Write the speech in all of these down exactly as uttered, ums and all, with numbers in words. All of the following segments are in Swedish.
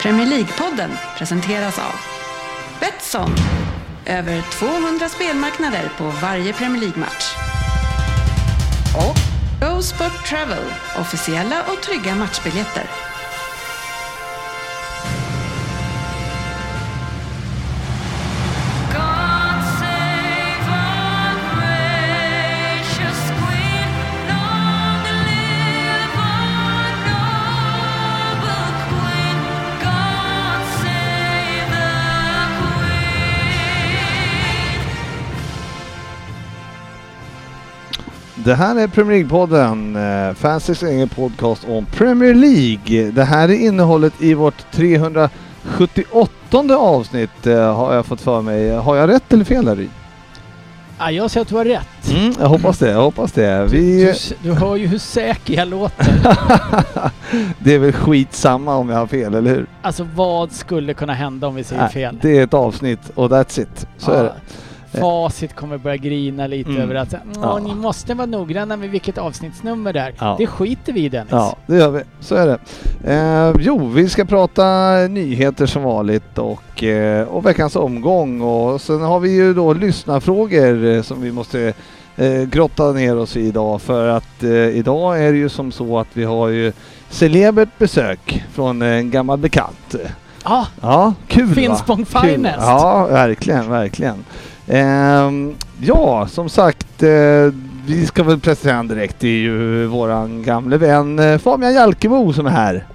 Premier League-podden presenteras av Betsson. Över tvåhundra spelmarknader på varje Premier League-match. Och Go Sport Travel. Officiella och trygga matchbiljetter. Det här är Premier League-podden, Fansys egen podcast om Premier League. Det här är innehållet i vårt trehundrasjuttioåttonde avsnitt, har jag fått för mig. Har jag rätt eller fel, Harry? Ja, jag säger att du har rätt. Mm, jag hoppas det, jag hoppas det. Vi... Du, du, du hör ju hur säker jag låter. Det är väl skitsamma om jag har fel, eller hur? Alltså, vad skulle kunna hända om vi säger Nej, fel? Det är ett avsnitt och that's it. Så ja. är det. Facit kommer börja grina lite Mm. över att ja. ni måste vara noggranna med vilket avsnittsnummer det är. Ja. Det skiter vi i, Dennis. Ja, det gör vi. Så är det. Eh, jo, vi ska prata nyheter som vanligt och, eh, och veckans omgång. Och sen har vi ju då lyssnarfrågor eh, som vi måste eh, grotta ner oss i idag. För att eh, idag är det ju som så att vi har ju celebert besök från en gammal bekant. Ah, ja, kul Finspång va? Finest. Kul. Ja, verkligen, verkligen. Eh, ja, som sagt, eh, vi ska väl presentera han direkt. Det är ju våran gamle vän eh, Fabian Jalkemo som är här.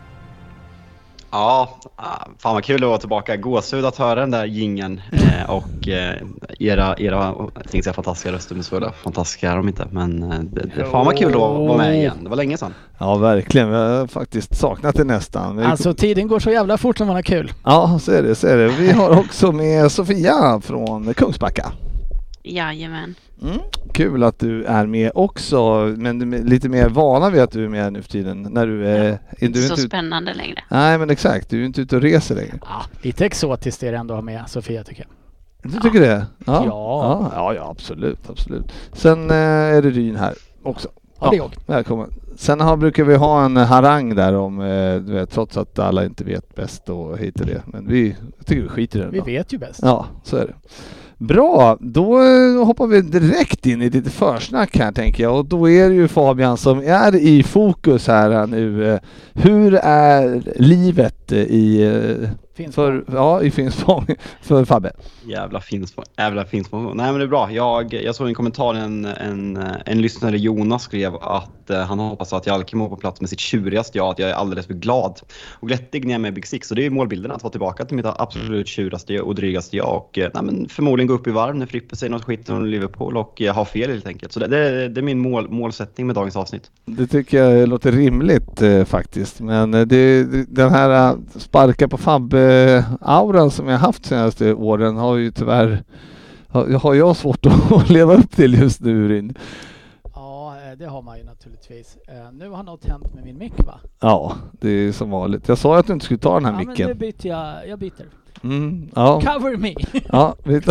Ja, fan vad kul att vara tillbaka. Gåshud att höra den där gingen eh, och eh, era, era jag tänkte säga fantastiska röster, men så är det fantastiska är de inte. Men eh, det, det, fan vad kul att vara med igen. Det var länge sedan. Ja, verkligen. Vi har faktiskt saknat det nästan. Vi... Alltså, tiden går så jävla fort när man har kul. Ja, så är det, så är det. Vi har också med Sofia från Kungsbacka. Jajamän. Mm. Kul att du är med också, men du är lite mer vana vid att du är med nu för tiden. När du är, ja, är du så inte spännande ut... längre. Nej, men exakt. Du är inte ute och reser längre. Ja, lite exotiskt är det ändå att ha med Sofia, tycker jag. Du tycker ja. det? Ja. Ja. Ja, ja, absolut, absolut. Sen eh, är det Ryn här också. Ja, det är jag. Välkommen. Sen har, brukar vi ha en harang där om, eh, du vet, trots att alla inte vet bäst och hit och det. Men vi jag tycker vi skiter i det. Vi då. vet ju bäst. Ja, så är det. Bra, då eh, hoppar vi direkt in i lite försnack här, tänker jag. Och då är det ju Fabian som är i fokus här nu. Eh, hur är livet i... Eh, För, ja, i Finspång för Fabbe. Jävla Finspång. Jävla Finspång. Nej, men det är bra. Jag, jag såg en kommentar, en, en, en lyssnare, Jonas, skrev att eh, han hoppas att Jalkemo på plats med sitt tjurigaste jag, att jag är alldeles för glad och glättig när jag är med Big Six. Och det är ju målbilden, att vara tillbaka till mitt absolut tjurigaste och drygaste jag. Och eh, nej, men förmodligen gå upp i varv när Frippe säger något skit om Liverpool och eh, ha fel helt enkelt. Så det, det, det är min mål, målsättning med dagens avsnitt. Det tycker jag låter rimligt eh, faktiskt. Men eh, det, den här uh, sparka på Fabbe auran som jag haft senaste åren har ju tyvärr har, har jag svårt att leva upp till just nu, Ryn. Ja, det har man ju naturligtvis. Uh, nu har något hänt med min mick, va? Ja, det är som vanligt. Jag sa att du inte skulle ta den här ja, micken. Men nu byter jag, jag byter. Mm, ja. Cover me! Ja, vet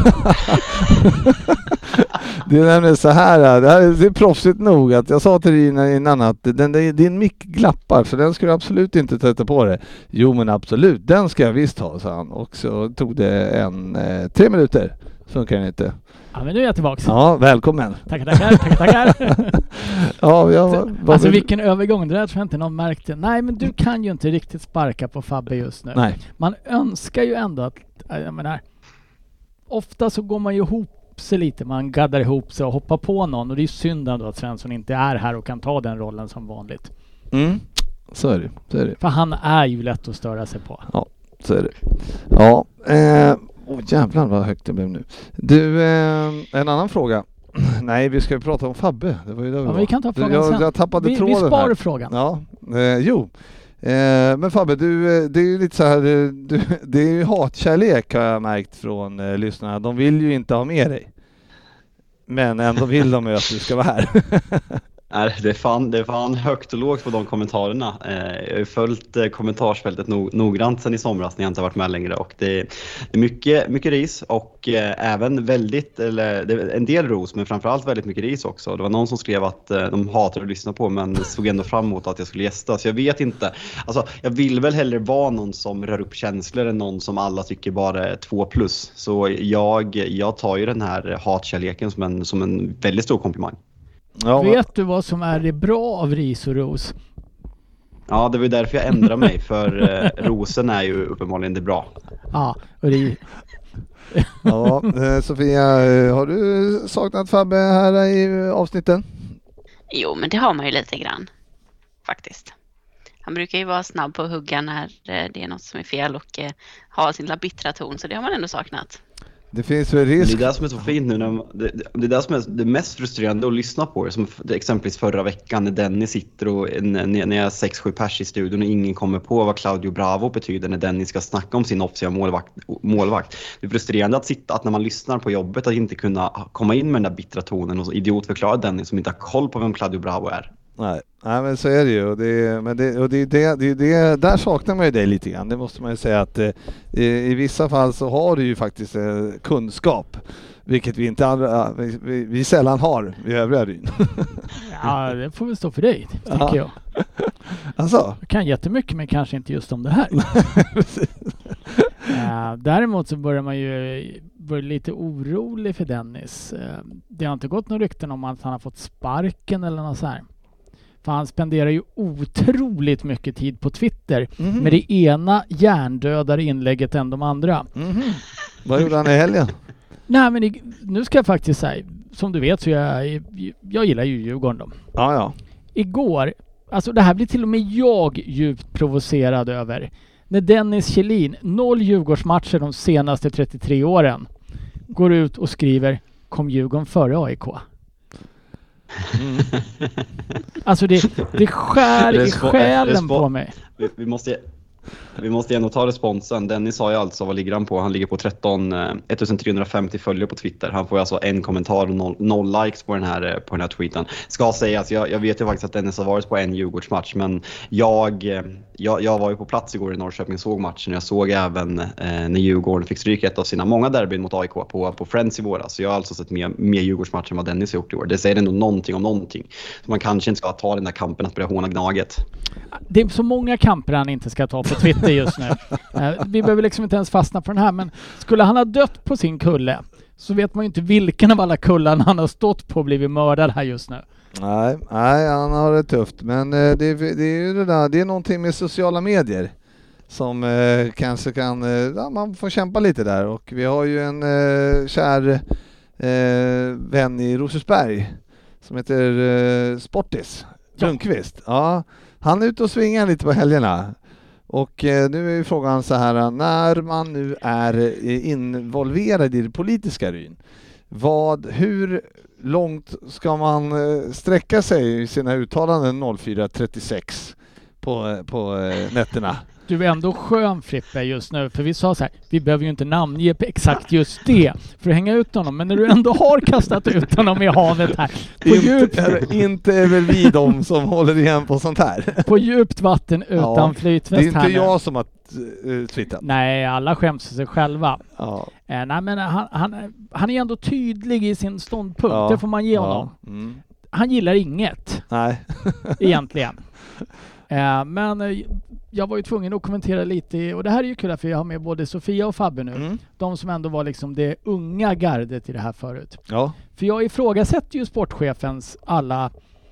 det är nämligen så här, det här är, det är proffsigt nog att jag sa till Rina innan att den, den, din mick glappar, så den ska du absolut inte sätta på det. Jo, men absolut, den ska jag visst ha, sa han. Och så tog det en eh, tre minuter, funkar den inte. Ja, men nu är jag tillbaka. Ja, välkommen. Tackar, tackar, tackar, tackar. Ja, jag, alltså vilken övergång, det där tror jag inte någon märkte. Nej, men du kan ju inte riktigt sparka på Fabbe just nu. Nej. Man önskar ju ändå att, jag menar, ofta så går man ju ihop sig lite, man gaddar ihop sig och hoppar på någon, och det är synd ändå att Svensson inte är här och kan ta den rollen som vanligt. Mm, så är det, så är det. För han är ju lätt att störa sig på. Ja, så är det. Ja, eh, åh jävlar vad högt det blev nu. Du, eh, en annan fråga. Nej, vi ska ju prata om Fabbe. Det var ju där vi ja, var. vi kan ta frågan jag, sen. Jag tappade vi, tråden vi sparar här. frågan. Ja, eh, jo. Eh, men Fabbe, du, det är ju lite så här, du, det är ju hatkärlek har jag märkt från eh, lyssnarna. De vill ju inte ha med dig. Men ändå vill de ju att du ska vara här. Nej, det är fan, det är fan högt och lågt på de kommentarerna. Eh, jag har ju följt eh, kommentarsfältet no, noggrant sedan i somras när jag inte har varit med längre. Och det, det är mycket, mycket ris och eh, även väldigt, eller det är en del ros, men framförallt väldigt mycket ris också. Det var någon som skrev att eh, de hatar att lyssna på, men såg ändå fram emot att jag skulle gästa. Så jag vet inte. Alltså, jag vill väl hellre vara någon som rör upp känslor än någon som alla tycker bara är två plus. Så jag, jag tar ju den här hatkärleken som en, som en väldigt stor komplimang. Ja, Vet du vad som är det bra av ris och ros? Ja, det var därför jag ändrade mig, för eh, rosen är ju uppenbarligen det bra. Ja, och det ja, eh, Sofia, eh, har du saknat Fabbe här i avsnitten? Jo, men det har man ju lite grann. Faktiskt. Han brukar ju vara snabb på att hugga när eh, det är något som är fel och eh, ha sin lilla bittra ton. Så det har man ändå saknat. Det finns väl risk. Det är det som är så fint nu. När man, det, det är det som är det mest frustrerande att lyssna på. Som exempelvis förra veckan när Dennis sitter och när, när jag är sex sju pers i studion och ingen kommer på vad Claudio Bravo betyder när Dennis ska snacka om sin offensiva målvakt, målvakt. Det är frustrerande att sitta, att när man lyssnar på jobbet att inte kunna komma in med den där bittra tonen och idiotförklara Dennis som inte har koll på vem Claudio Bravo är. Nej, nej, men så är det ju. Och det, men det, och det, det, det, det, där saknar man ju det lite grann. Det måste man ju säga att eh, i, i vissa fall så har du ju faktiskt eh, kunskap. Vilket vi inte andra, vi, vi, vi sällan har i övriga Ryn. Ja, det får väl stå för dig, tänker jag. Alltså? Jag kan jättemycket, men kanske inte just om det här. uh, däremot så börjar man ju börja lite orolig för Dennis. Uh, det har inte gått några rykten om att han har fått sparken eller något så här. För han spenderar ju otroligt mycket tid på Twitter mm-hmm. med det ena hjärndödare inlägget än de andra. Mm-hmm. Vad gjorde han i helgen? Nej, men i, nu ska jag faktiskt säga, som du vet så jag, jag gillar ju Djurgården då. Ja, ja. Igår, alltså det här blir till och med jag djupt provocerad över. När Dennis Kjellin, noll Djurgårdsmatcher de senaste trettiotre åren, går ut och skriver kom Djurgården före A I K. Mm. Alltså det, det skär i själen på mig. Vi, vi måste... Vi måste ändå ta responsen. Dennis sa ju alltså, vad ligger han på? Han ligger på tretton, ettusentrehundrafemtio följare på Twitter. Han får alltså en kommentar och noll, noll likes på den här, på den här tweeten. Ska sägas, jag, jag vet ju faktiskt att Dennis har varit på en Djurgårdsmatch, men jag, jag, jag var ju på plats igår i Norrköping och såg matchen. Jag såg även eh, när Djurgården fick stryka ett av sina många derbyn mot A I K på, på Friends i våras. Så jag har alltså sett mer, mer Djurgårdsmatcher än vad Dennis har gjort i år. Det säger ändå någonting om någonting. Så man kanske inte ska ta den där kampen att börja håna Gnaget. Det är så många kamper han inte ska ta på Twitter just nu. Vi behöver liksom inte ens fastna på den här, men skulle han ha dött på sin kulle så vet man ju inte vilken av alla kullar han har stått på och blivit mördad här just nu. Nej, nej, han har det tufft, men det, det är ju det där, det är någonting med sociala medier som eh, kanske kan, eh, ja, man får kämpa lite där, och vi har ju en eh, kär eh, vän i Rosersberg som heter eh, Sportis Lundqvist. Ja, han är ute och svingar lite på helgerna. Och eh, nu är ju frågan så här, när man nu är eh, involverad i det politiska Ryn, vad, hur långt ska man eh, sträcka sig i sina uttalanden noll fyra trettiosex på, eh, på eh, nätterna? Du är ändå skön, Frippe, just nu, för vi sa så här, vi behöver ju inte namnge exakt just det för att hänga ut honom, men när du ändå har kastat ut honom i havet här på inte, djupt, är, inte är väl vi de som håller igen på sånt här. På djupt vatten utan ja, flytväst här. Det är inte jag som har uh, twittrat. Nej, alla skäms för sig själva. Ja. Eh, nej, men han, han, han är ändå tydlig i sin ståndpunkt, ja, det får man ge honom. Ja. Mm. Han gillar inget. Nej. Egentligen. Eh, men eh, jag var ju tvungen att kommentera lite, och det här är ju kul för jag har med både Sofia och Fabbe nu. Mm. De som ändå var liksom det unga gardet i det här förut. Ja. För jag ifrågasätter ju sportchefens alla,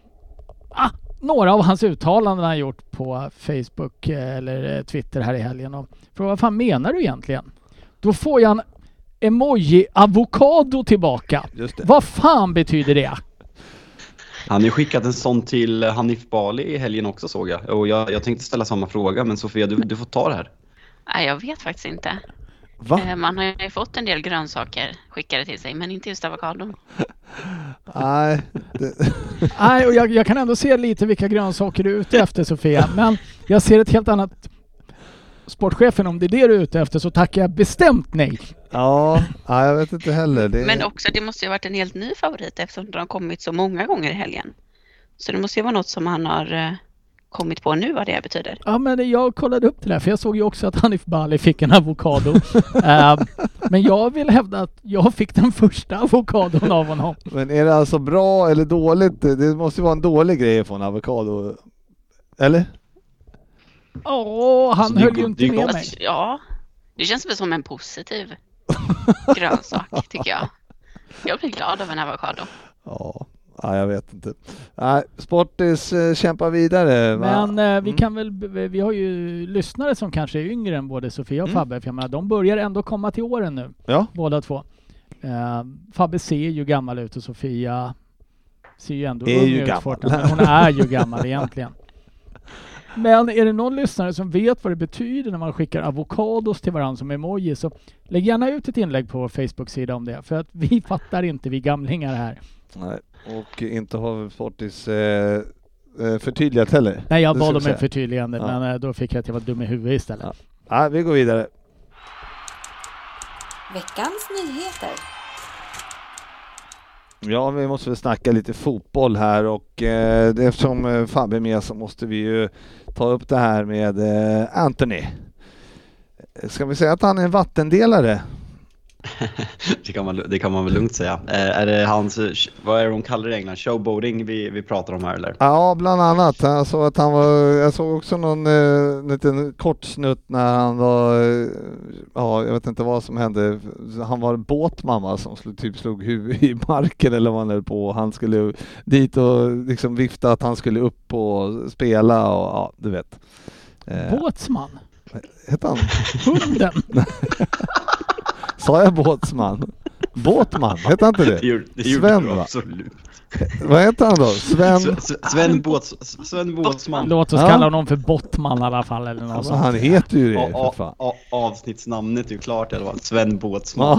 ah, några av hans uttalanden han gjort på Facebook eller Twitter här i helgen. Och frågar, vad fan menar du egentligen? Då får jag en emoji-avokado tillbaka. Just det. Vad fan betyder det? Han har skickat en sån till Hanif Bali i helgen också, såg jag. Och jag, jag tänkte ställa samma fråga, men Sofia, du, du får ta det här. Nej, jag vet faktiskt inte. Va? Man har ju fått en del grönsaker skickade till sig, men inte just avokado. Nej. Det... Nej, och jag, jag kan ändå se lite vilka grönsaker du är ute efter, Sofia. Men jag ser ett helt annat... Sportchefen, om det är det du är ute efter så tackar jag bestämt nej. Ja, ja jag vet inte heller. Det... Men också, det måste ju ha varit en helt ny favorit eftersom de har kommit så många gånger i helgen. Så det måste ju vara något som han har eh, kommit på nu vad det betyder. Ja, men jag kollade upp det där, för jag såg ju också att Hanif Bali fick en avokado. uh, men jag vill hävda att jag fick den första avokadon av honom. Men är det alltså bra eller dåligt? Det måste ju vara en dålig grej att få en avokado. Eller? Ja, oh, han höll ju inte med mig. Ja, det känns väl som en positiv grönsak, tycker jag. Jag blir glad av en avokado. Ja. Ja, jag vet inte. Nej, Sportis äh, kämpar vidare. Va? Men äh, vi mm. kan väl, vi har ju lyssnare som kanske är yngre än både Sofia och mm. Fabbe. För jag menar, de börjar ändå komma till åren nu. Ja. Båda två. Äh, Fabbe ser ju gammal ut och Sofia ser ju ändå är ung ju ut. Gammal. Hon är ju gammal egentligen. Men är det någon lyssnare som vet vad det betyder när man skickar avokados till varandra som emoji, så lägg gärna ut ett inlägg på Facebook-sida om det. För att vi fattar inte, vi gamlingar här. Nej. Och inte har Sportis eh, förtydligat heller. Nej, jag bad om en förtydligande, ja. men eh, då fick jag att jag var dum i huvudet istället. Ja. Ja, vi går vidare. Veckans nyheter. Ja, vi måste väl snacka lite fotboll här och eh, eftersom eh, Fabbe är med så måste vi ju ta upp det här med eh, Anthony. Ska vi säga att han är en vattendelare? det, kan man, det kan man väl lugnt säga. Eh, är det hans, vad är det de kallar det i England? Showboating vi, vi pratar om här eller? Ja, bland annat. Jag såg, att han var, jag såg också någon eh, liten kort snutt när han var, eh, ja jag vet inte vad som hände. Han var båtmamma som slog, typ slog huvudet i marken eller vad han höll på. Han skulle dit och liksom vifta att han skulle upp och spela och ja, du vet. Eh, Båtsman? Heter han? Hunden? Sa jag båtsman? Båtman, heter inte det? Det gjorde, det Sven, gjorde va? Absolut. Vad heter han då? Sven... Sven, Båts, Sven Båtsman. Låt oss ja. kalla honom för Bottman i alla fall. Eller något alltså, han heter ju det. A- a- a- avsnittsnamnet är ju klart i alla fall. Sven Båtsman.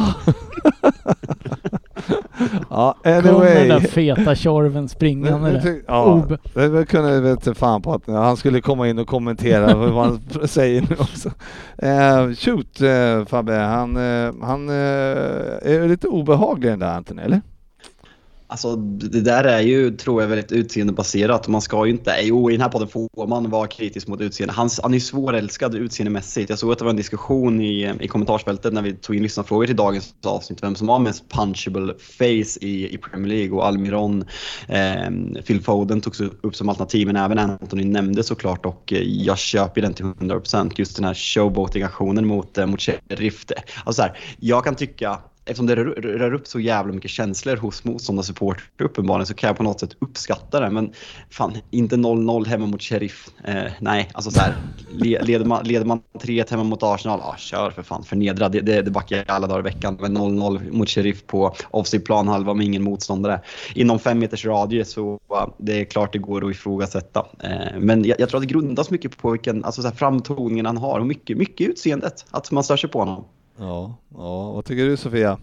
Ja, anyway. Den där feta tjorven springande det, det, ja, det kunde jag veta fan på att han skulle komma in och kommentera vad han säger nu också. Uh, shoot, uh, Fabbe, han, uh, han uh, är lite obehaglig den där Anton, eller? Alltså det där är ju, tror jag, väldigt utseendebaserat. Man ska ju inte, jo i den här podden får man vara kritisk mot utseende. Han, han är ju svårälskad utseendemässigt. Jag såg att det var en diskussion i, i kommentarsfältet när vi tog in lyssnarfrågor till dagens avsnitt. Vem som har mest punchable face i, i Premier League. Och Almiron, eh, Phil Foden togs upp som alternativ. Men även Anthony nämnde såklart. Och jag köper den till hundra procent. Just den här showboating-aktionen mot, mot Sheriff. Alltså så här, jag kan tycka... Eftersom det rör, rör upp så jävla mycket känslor hos motståndarsupport uppenbarligen, så kan jag på något sätt uppskatta det. Men fan, inte noll noll hemma mot Sheriff. Eh, nej, alltså så här, leder man, leder man tre ett hemma mot Arsenal, ja, kör för fan, förnedra. Det, det, det backar jag alla dagar i veckan. Men noll noll mot Sheriff på offside planhalva med ingen motståndare. Inom fem meters radie, så uh, det är klart det går att ifrågasätta. Eh, men jag, jag tror att det grundas mycket på vilken, alltså så här, framtoningen han har och mycket, mycket utseendet. Att man stör sig på honom. Ja, ja, vad tycker du Sofia?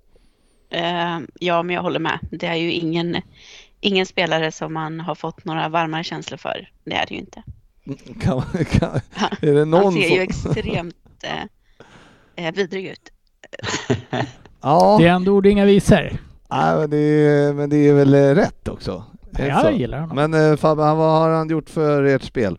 Uh, ja, men jag håller med. Det är ju ingen, ingen spelare som man har fått några varmare känslor för. Det är det ju inte. Kan, kan, är det någon Han ser som... ju extremt uh, uh, vidrig ut. Ja. Det är ändå ord, inga visor. Nej, men det är, men det är väl rätt också. Ja, jag gillar honom. Men uh, Fabbe, vad har han gjort för ert spel?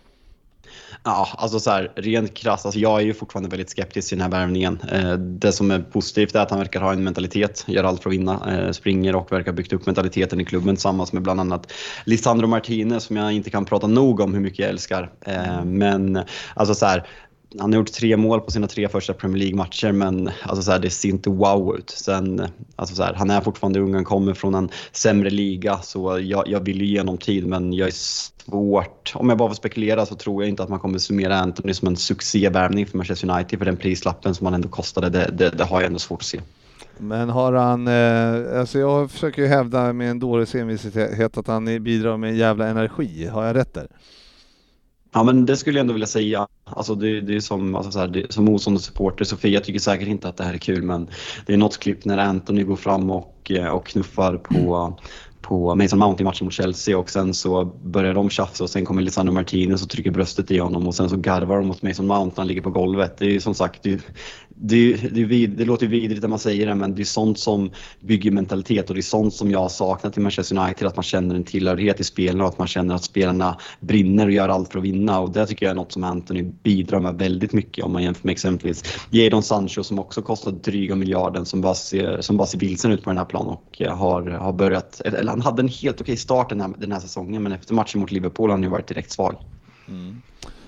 Ja, alltså så här, rent krasst, alltså jag är ju fortfarande väldigt skeptisk till den här värvningen. Eh, det som är positivt är att han verkar ha en mentalitet, gör allt för att vinna, eh, springer och verkar ha byggt upp mentaliteten i klubben tillsammans med bland annat Lisandro Martinez, som jag inte kan prata nog om hur mycket jag älskar. Eh, men alltså så här, han har gjort tre mål på sina tre första Premier League-matcher, men alltså så här, det ser inte wow ut. Sen, alltså så här, han är fortfarande ung, han kommer från en sämre liga, så jag, jag vill ju ge honom tid, men jag är svårt. Om jag bara får spekulera så tror jag inte att man kommer summera Anthony som en succévärvning för Manchester United, för den prislappen som han ändå kostade, det, det, det har jag ändå svårt att se. Men har han, eh, alltså jag försöker ju hävda med en dålig envishet att han bidrar med en jävla energi. Har jag rätt där? Ja, men det skulle jag ändå vilja säga. Alltså det, det är som, alltså så här, det, som motståndande supporter, Sofia tycker säkert inte att det här är kul, men det är något klipp när Anthony går fram och, och knuffar på, på Mason Mount i matchen mot Chelsea, och sen så börjar de tjafsa och sen kommer Lisandro Martinez och trycker bröstet i honom och sen så garvar de mot Mason Mount när han ligger på golvet. Det är ju som sagt, det är, det, det, det låter ju vidrigt när man säger det, men det är sånt som bygger mentalitet och det är sånt som jag har saknat i Manchester United, att man känner en tillhörighet i spelarna och att man känner att spelarna brinner och gör allt för att vinna, och det tycker jag är något som Anthony bidrar med väldigt mycket om man jämför med exempelvis Jadon Sancho som också kostar dryga miljarden, som bara ser, som bara ser vilsen ut på den här planen och har, har börjat, eller han hade en helt okej start den här, den här säsongen, men efter matchen mot Liverpool har han ju varit direkt svag. Mm.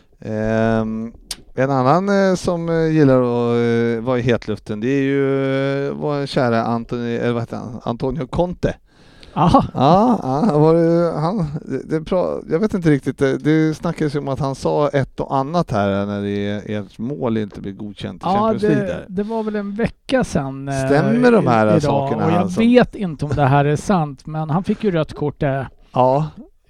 Um, en annan uh, som uh, gillar att uh, vara i hetluften, det är ju uh, vår kära Anthony, eller vad heter han? Antonio Conte. Aha. Ja, ja var det, han, det, det pra, jag vet inte riktigt, det, det snackades ju om att han sa ett och annat här när det, ert mål inte blir godkänt i ja, Champions League. Det, det var väl en vecka sedan. Stämmer de här idag, sakerna? Och jag alltså? vet inte om det här är sant, men han fick ju rött kort där. Ja.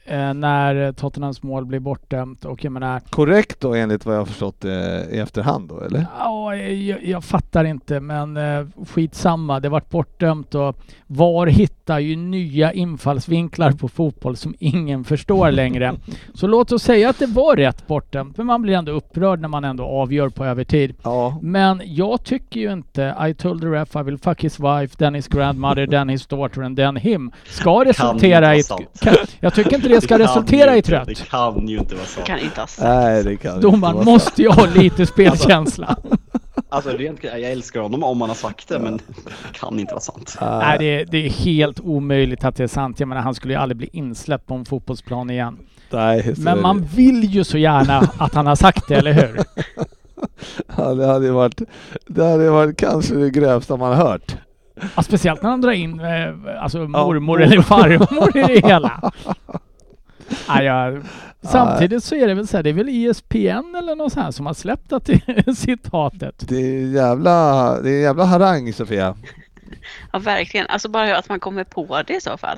När Tottenhams mål blir bortdömt, och jag menar... Korrekt då enligt vad jag har förstått eh, i efterhand då, eller? Ja, jag, jag fattar inte, men eh, skitsamma, det vart bortdömt och V A R hittar ju nya infallsvinklar på fotboll som ingen förstår längre. Så låt oss säga att det var rätt bortdömt, men man blir ändå upprörd när man ändå avgör på övertid. Ja. Men jag tycker ju inte I told the ref I will fuck his wife, then his grandmother, then his daughter and then him ska resultera i ett, kan, jag tycker inte det ska det resultera i ett rött. Det kan ju inte vara så. Det kan inte ha sagt. Nej, det kan Domaren inte måste ju ha lite spelkänsla. Alltså rent, jag älskar honom om man har sagt det, men det kan inte vara sant. Uh. Nej, det är, det är helt omöjligt att det är sant. Jag menar, han skulle ju aldrig bli insläppt på en fotbollsplan igen. Nej, men man det. vill ju så gärna att han har sagt det, eller hur? Ja, det hade varit, det hade varit kanske det grövsta man har hört. Ja, speciellt när han drar in eh, alltså mormor ja. eller farmor i det hela. Ja, ja. Samtidigt så är det väl så här, det är väl E S P N eller något sånt här som har släppt att citatet. Det är jävla, det är jävla harang, Sofia. Ja, verkligen. Alltså bara att man kommer på det i så fall.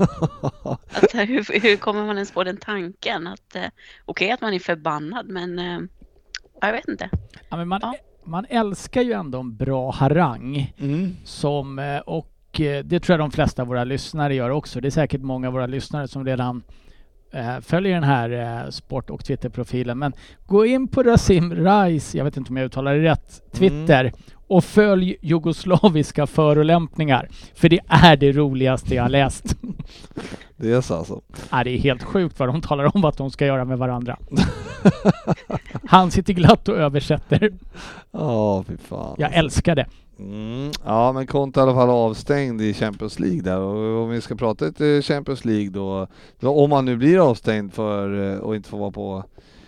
Att, hur, hur kommer man ens på den tanken? Att, eh, okej okay, att man är förbannad, men eh, jag vet inte. Ja, men man, ja. man älskar ju ändå en bra harang. Mm. Som, och det tror jag de flesta av våra lyssnare gör också. Det är säkert många av våra lyssnare som redan eh, följer den här eh, sport- och Twitter-profilen. Men gå in på Rasim Reis, jag vet inte om jag uttalar det rätt, Twitter. Mm. Och följ jugoslaviska förolämpningar. För det är det roligaste jag har läst. Det är så alltså. Ja, det är helt sjukt vad de talar om vad de ska göra med varandra. Han sitter glatt och översätter. Ja, oh, fy fan. Jag älskar det. Mm. Ja, men Conte i alla fall avstängd i Champions League där. Och om vi ska prata ett Champions League då, då om man nu blir avstängd för och inte får vara på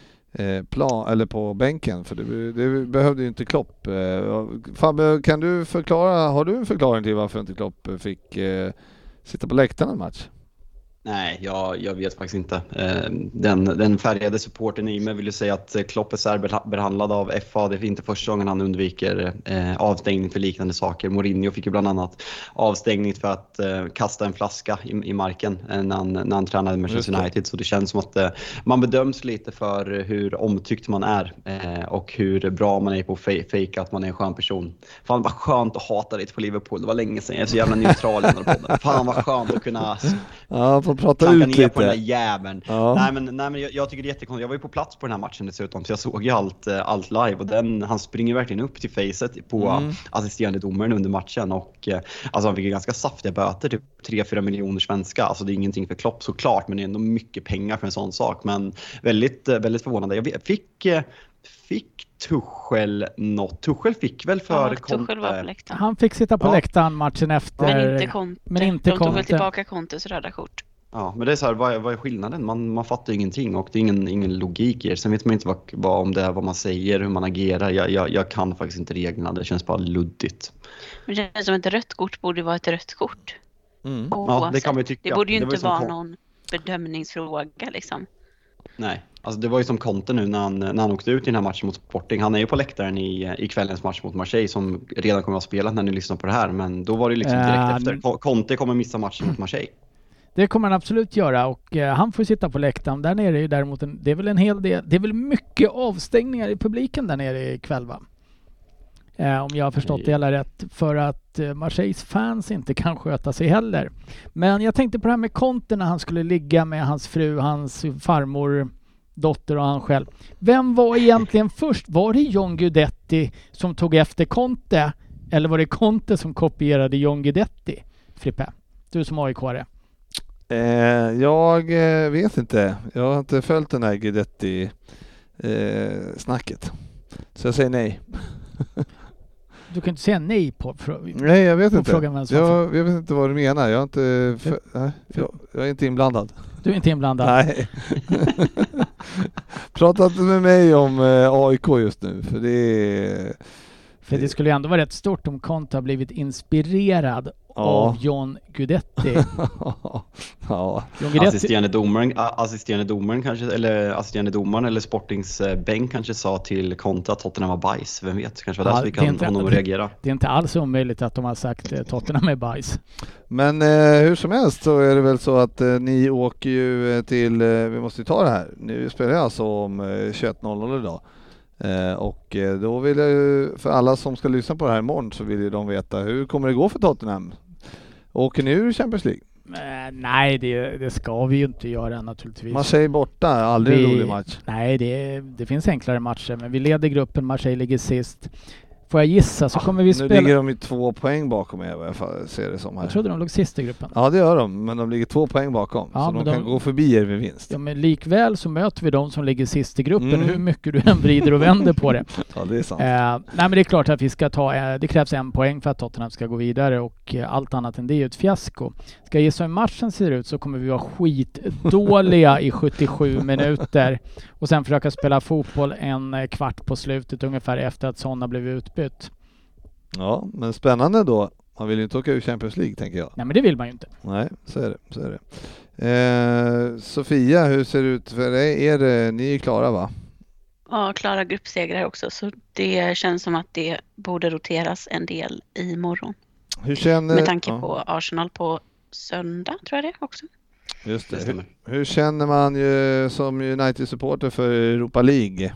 eh, plan eller på bänken, för det, det behövde ju inte Klopp. Eh, Fabbe, kan du förklara, har du en förklaring till varför inte Klopp fick eh, sitta på läktaren en match? Nej, jag, jag vet faktiskt inte. Den, den färgade supporten i mig vill ju säga att Klopp är särbehandlad av F A. Det är inte första gången han undviker eh, avstängning för liknande saker. Mourinho fick ju bland annat avstängning för att eh, kasta en flaska i, i marken eh, när, han, när han tränade med Manchester United. Så det känns som att eh, man bedöms lite för hur omtyckt man är eh, och hur bra man är på att fejka att man är en skön person. Fan vad skönt att hata lite på Liverpool. Det var länge sedan. Jag är så jävla neutral i den här podden. Fan vad skönt att kunna... Ja, får prata ut lite. På den där jäveln. Ja. Nej men, nej, men jag, jag tycker det är jättekonstigt. Jag var ju på plats på den här matchen dessutom, så jag såg ju allt, allt live. Och den, han springer verkligen upp till facet på mm. assisterande domaren under matchen. Och alltså han fick ju ganska saftiga böter, typ tre fyra miljoner svenska. Alltså det är ingenting för Klopp såklart, men det är ändå mycket pengar för en sån sak. Men väldigt, väldigt förvånande. Jag fick... Fick Tuchel något? Tuchel fick väl för ja, Tuchel var på läktaren. Han fick sitta på ja. läktaren matchen efter. Men inte Conte. Men inte De tog väl tillbaka Contes röda kort. Ja, men det är så här, vad är, vad är skillnaden? Man, man fattar ju ingenting och det är ingen, ingen logik i det. Sen vet man inte vad, vad, om det är vad man säger, hur man agerar. Jag, jag, jag kan faktiskt inte reglerna, det känns bara luddigt. Men det känns som ett rött kort borde vara ett rött kort. Mm. Ja, det kan man ju tycka. Det borde ju det inte ju vara kom- någon bedömningsfråga liksom. Nej, alltså det var ju som Conte nu när han, när han åkte ut i den här matchen mot Sporting. Han är ju på läktaren i, i kvällens match mot Marseille som redan kommer att spela när ni lyssnar på det här. Men då var det liksom direkt äh, efter. Conte kommer missa matchen mot Marseille. Det kommer han absolut göra och eh, han får sitta på läktaren. Där nere är ju däremot en, det är väl en hel del, det är väl mycket avstängningar i publiken där nere ikväll va? Eh, om jag har förstått det hela rätt, för att eh, Marseilles fans inte kan sköta sig heller. Men jag tänkte på det här med Conte när han skulle ligga med hans fru, hans farmor, dotter och han själv. Vem var egentligen först? Var det John Guidetti Guidetti som tog efter Conte, eller var det Conte som kopierade John Guidetti? Frippe, du som A I K-are. Eh, jag eh, vet inte. Jag har inte följt den här Guidetti eh, snacket. Så jag säger nej. Du kan inte säga nej på, fr- nej, jag vet på inte. frågan. Jag, jag vet inte vad du menar. Jag, har inte för, nej, jag, jag är inte inblandad. Du är inte inblandad? Nej. Prata inte med mig om eh, A I K just nu. För det är... För det skulle ju ändå vara rätt stort om Conte har blivit inspirerad ja. av John Guidetti. ja. John Guidetti. Assisterande domaren, assisterande domaren kanske, eller assisterande domaren eller Sportings bänk kanske sa till Conte att Tottenham var bajs. Vem vet, kanske var ja, det så vi kan inte, honom det, reagera. Det är inte alls omöjligt att de har sagt eh, Tottenham är bajs. Men eh, hur som helst så är det väl så att eh, ni åker ju till, eh, vi måste ju ta det här. Nu spelar jag alltså om eh, tjugoett noll noll idag. Eh, och eh, då vill jag ju, för alla som ska lyssna på det här imorgon så vill ju de veta hur kommer det gå för Tottenham? Åker ni ur Champions League? Eh, nej, det, det ska vi ju inte göra naturligtvis. Marseille borta, aldrig vi, en rolig match. Nej, det, det finns enklare matcher, men vi leder gruppen, Marseille ligger sist. Får jag gissa så ah, kommer vi nu spela... Nu ligger de ju två poäng bakom er, vad jag ser det som här. Jag trodde de låg sist i gruppen. Ja, det gör de, men de ligger två poäng bakom. Ja, så de, de kan gå förbi er vid vinst. Ja, men likväl så möter vi de som ligger sist i gruppen, mm. hur mycket du än vrider och vänder på det. Ja, det är sant. Eh, nej, men det är klart att vi ska ta, eh, det krävs en poäng för att Tottenham ska gå vidare och eh, allt annat än det är ju ett fiasko. Ska jag gissa hur matchen ser ut så kommer vi vara skitdåliga i sjuttiosju minuter och sen försöka spela fotboll en eh, kvart på slutet ungefär efter att Son har blivit utbytt. Ja, men spännande då. Man vill ju inte åka ur Champions League, tänker jag. Nej, men det vill man ju inte. Nej, så är det. Så är det. Eh, Sofia, hur ser det ut för dig? Är det, ni är klara, va? Ja, klara gruppsegrar också. Så det känns som att det borde roteras en del imorgon. Hur känner... Med tanke ja. på Arsenal på söndag, tror jag det också. Just det. Hur, hur känner man ju som United-supporter för Europa League?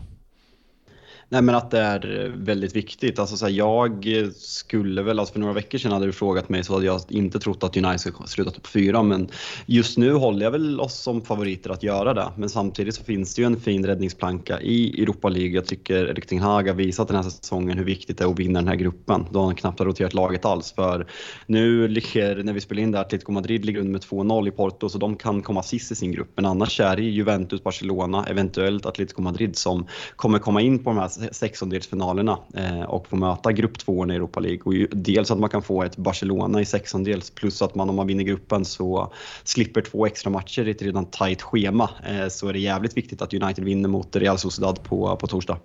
Nej, men att det är väldigt viktigt. Alltså, så här, jag skulle väl, alltså för några veckor sedan hade du frågat mig så hade jag inte trott att United skulle sluta topp fyra, men just nu håller jag väl oss som favoriter att göra det. Men samtidigt så finns det ju en fin räddningsplanka i Europa League. Jag tycker Erik ten Hag har visat den här säsongen hur viktigt det är att vinna den här gruppen. Då har han knappt roterat laget alls, för nu ligger, när vi spelar in där, Atletico Madrid ligger under med två noll i Porto, så de kan komma sist i sin grupp. Men annars är det Juventus, Barcelona, eventuellt Atletico Madrid som kommer komma in på de här sextondelsfinalerna eh, och få möta grupp två i Europa League. Och ju, dels att man kan få ett Barcelona i sextondels, plus att man om man vinner gruppen så slipper två extra matcher i ett redan tajt schema. Eh, så är det jävligt viktigt att United vinner mot Real Sociedad på, på torsdag.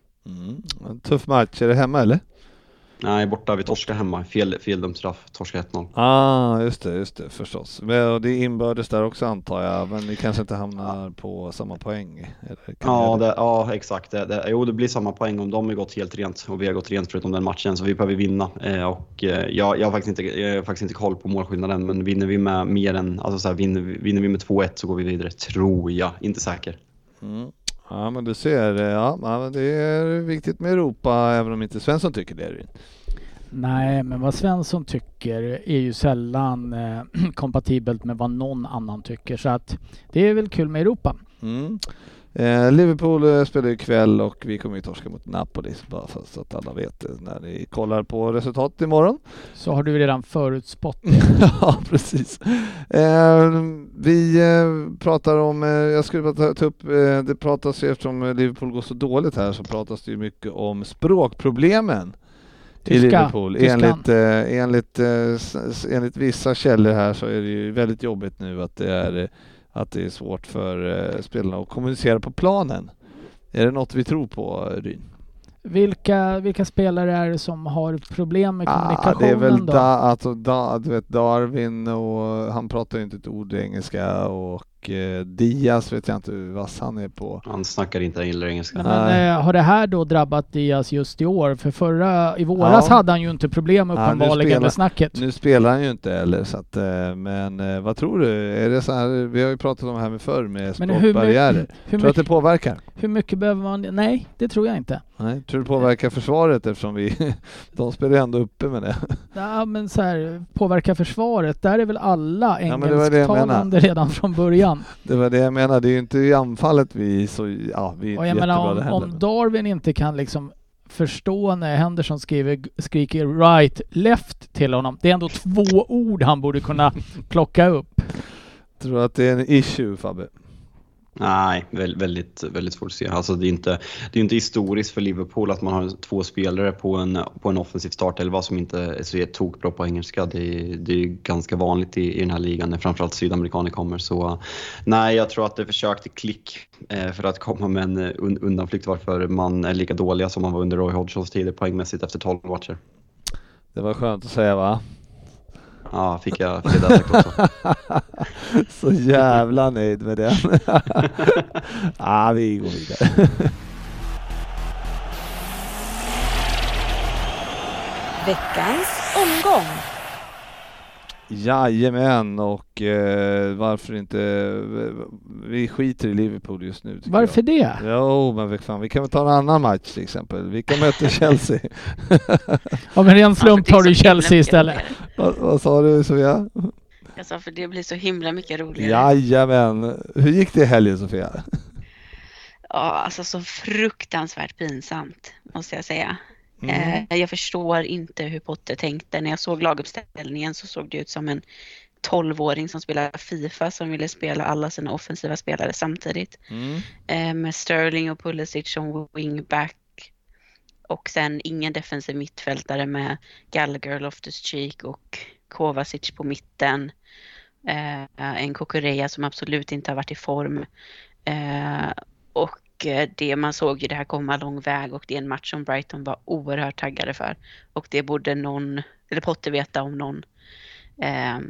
Mm. En tuff match. Är det hemma eller? Nej, borta. Vi torskar hemma. Fel, fel dömt straff. Torskar ett noll. Ah, just det, just det, förstås. Men det är inbördes där också, antar jag. Men ni kanske inte hamnar på samma poäng? Eller ja, det, ja, exakt. Det, det, jo, det blir samma poäng om de har gått helt rent. Och vi har gått rent förutom den matchen. Så vi behöver vinna. Eh, och eh, jag, jag, har faktiskt inte, jag har faktiskt inte koll på målskillnaden. Men vinner vi med mer än... Alltså så här, vinner, vinner vi med två ett så går vi vidare. Tror jag. Inte säker. Mm. Ja, men du ser, ja, men det är viktigt med Europa, även om inte Svensson tycker det. Är Nej, men vad Svensson tycker är ju sällan eh, kompatibelt med vad någon annan tycker, så att det är väl kul med Europa. Mm. Eh, Liverpool spelar ikväll och vi kommer ju torska mot Napoli, bara för så att alla vet det när ni kollar på resultatet imorgon. Så har du redan förutspått det. Ja, precis. Eh, vi eh, pratar om, eh, jag skulle bara ta upp, eh, det pratas ju, eftersom Liverpool går så dåligt här så pratas det ju mycket om språkproblemen i Liverpool. Enligt, eh, enligt, eh, enligt vissa källor här så är det ju väldigt jobbigt nu att det är att det är svårt för eh, spelarna att kommunicera på planen. Är det något vi tror på, Ryn? Vilka, vilka spelare är det som har problem med kommunikationen ah, det är väl då? Da, alltså da, du vet Darwin, och han pratar ju inte ett ord engelska, och eh, Diaz vet jag inte hur vass han är på. Han snackar inte heller engelska. Men, men eh, har det här då drabbat Diaz just i år? För förra, i våras ja. hade han ju inte problem uppenbarligen ja, med snacket. Nu spelar han ju inte heller, så att, eh, men eh, vad tror du? Är det så här, vi har ju pratat om det här med förr med språkbarriärer. Hur, hur tror du att det påverkar? Hur mycket behöver man? Nej, det tror jag inte. Nej, tror du det påverkar försvaret, eftersom vi de spelar ändå uppe med det? Ja, men så här, påverkar försvaret, där är väl alla engelsktalande ja, redan från början. Det var det jag menade, det är ju inte i anfallet vi så, ja, vi är och jag jättebra menar, om, om Darwin inte kan liksom förstå när Henderson skriver, skriker right, left till honom. Det är ändå två ord han borde kunna plocka upp. Tror du att det är en issue, Fabbe? Nej, väldigt, väldigt svårt att se. Alltså det är inte, det är inte historiskt för Liverpool att man har två spelare på en, på en offensiv startelva som inte är så tokbra på engelska. Det är, det är ganska vanligt i, i den här ligan när framförallt sydamerikaner kommer. Så nej, jag tror att det försökte klick eh, för att komma med en un, undanflykt varför man är lika dåliga som man var under Roy Hodgsons tider poängmässigt efter tolv matcher. Det var skönt att säga, va? Ja, fick jag, fick jag det sagt också. Så jävla nöjd med den. Ja, vi går vidare. Veckans omgång. Jajamän, och eh, varför inte, vi skiter i Liverpool just nu. Varför jag. det? Jo, men fan, vi kan väl ta en annan match till exempel. Vi kan möta Chelsea. Ja, men ren slump tar du Chelsea istället. vad, vad sa du, Sofia? Jag sa för det blir så himla mycket roligare. Jajamän. Hur gick det i helgen, Sofia? Ja, alltså så fruktansvärt pinsamt, måste jag säga. Mm. Eh, jag förstår inte hur Potter tänkte. När jag såg laguppställningen så såg det ut som en tolvåring som spelar FIFA som ville spela alla sina offensiva spelare samtidigt. Mm. Eh, med Sterling och Pulisic som wingback. Och sen ingen defensiv mittfältare med Gallagher, Loftus-Cheek och Kovacic på mitten. Eh, en Kukureya som absolut inte har varit i form. Eh, och det man såg ju det här komma lång väg och det är en match som Brighton var oerhört taggade för. Och det borde någon, eller Potter veta om någon. Eh,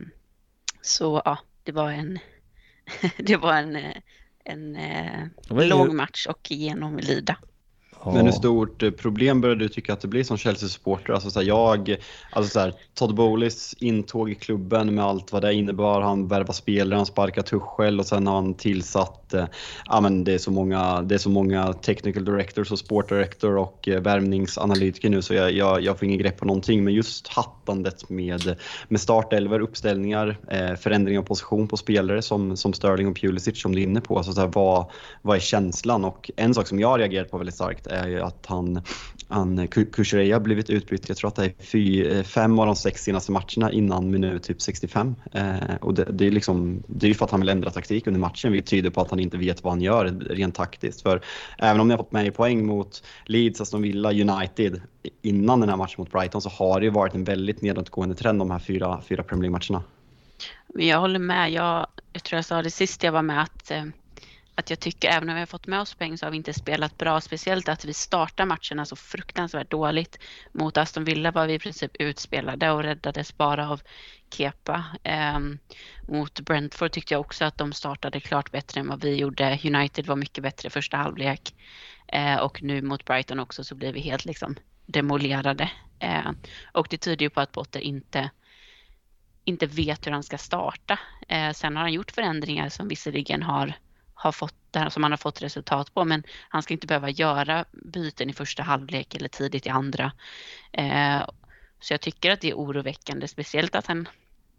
så ja, det var en det var en, en, en lång match och genomlida. Ja. Men hur stort problem började du tycka att det blir som Chelsea-supporter? Alltså så här, jag, alltså så här, Todd Bowleys intåg i klubben med allt vad det innebar. Han värvar spelare, han sparkar Tuchel och sen har han tillsatt, eh, ja men det är så många, det är så många technical directors och sport director och eh, värvningsanalytiker nu så jag, jag, jag får ingen grepp på någonting. Men just hattandet med, med startelver, uppställningar, eh, förändring av position på spelare som, som Sterling och Pulisic som du är inne på. Alltså så här, vad, vad är känslan? Och en sak som jag har reagerat på väldigt starkt är ju att han, han Kukureya blivit utbytt. Jag tror att det är fy, fem av de sex senaste matcherna innan minut typ sextiofem. Eh, och det, det är liksom, det är ju för att han vill ändra taktik under matchen, vilket tyder på att han inte vet vad han gör rent taktiskt. För även om ni har fått med i poäng mot Leeds, Aston Villa, United innan den här matchen mot Brighton så har det ju varit en väldigt nedåtgående trend de här fyra, fyra Premier League-matcherna. Jag håller med. Jag, jag tror jag sa det sist jag var med att eh... att jag tycker även om vi har fått med oss poäng så har vi inte spelat bra. Speciellt att vi startar matcherna så fruktansvärt dåligt. Mot Aston Villa var vi i princip utspelade och räddades bara av Kepa. Eh, mot Brentford tyckte jag också att de startade klart bättre än vad vi gjorde. United var mycket bättre första halvlek. Eh, och nu mot Brighton också så blev vi helt liksom demolerade. Eh, och det tyder ju på att Potter inte inte vet hur han ska starta. Eh, sen har han gjort förändringar som visserligen har har fått där som han har fått resultat på, men han ska inte behöva göra byten i första halvlek eller tidigt i andra. Eh, så jag tycker att det är oroväckande, speciellt att han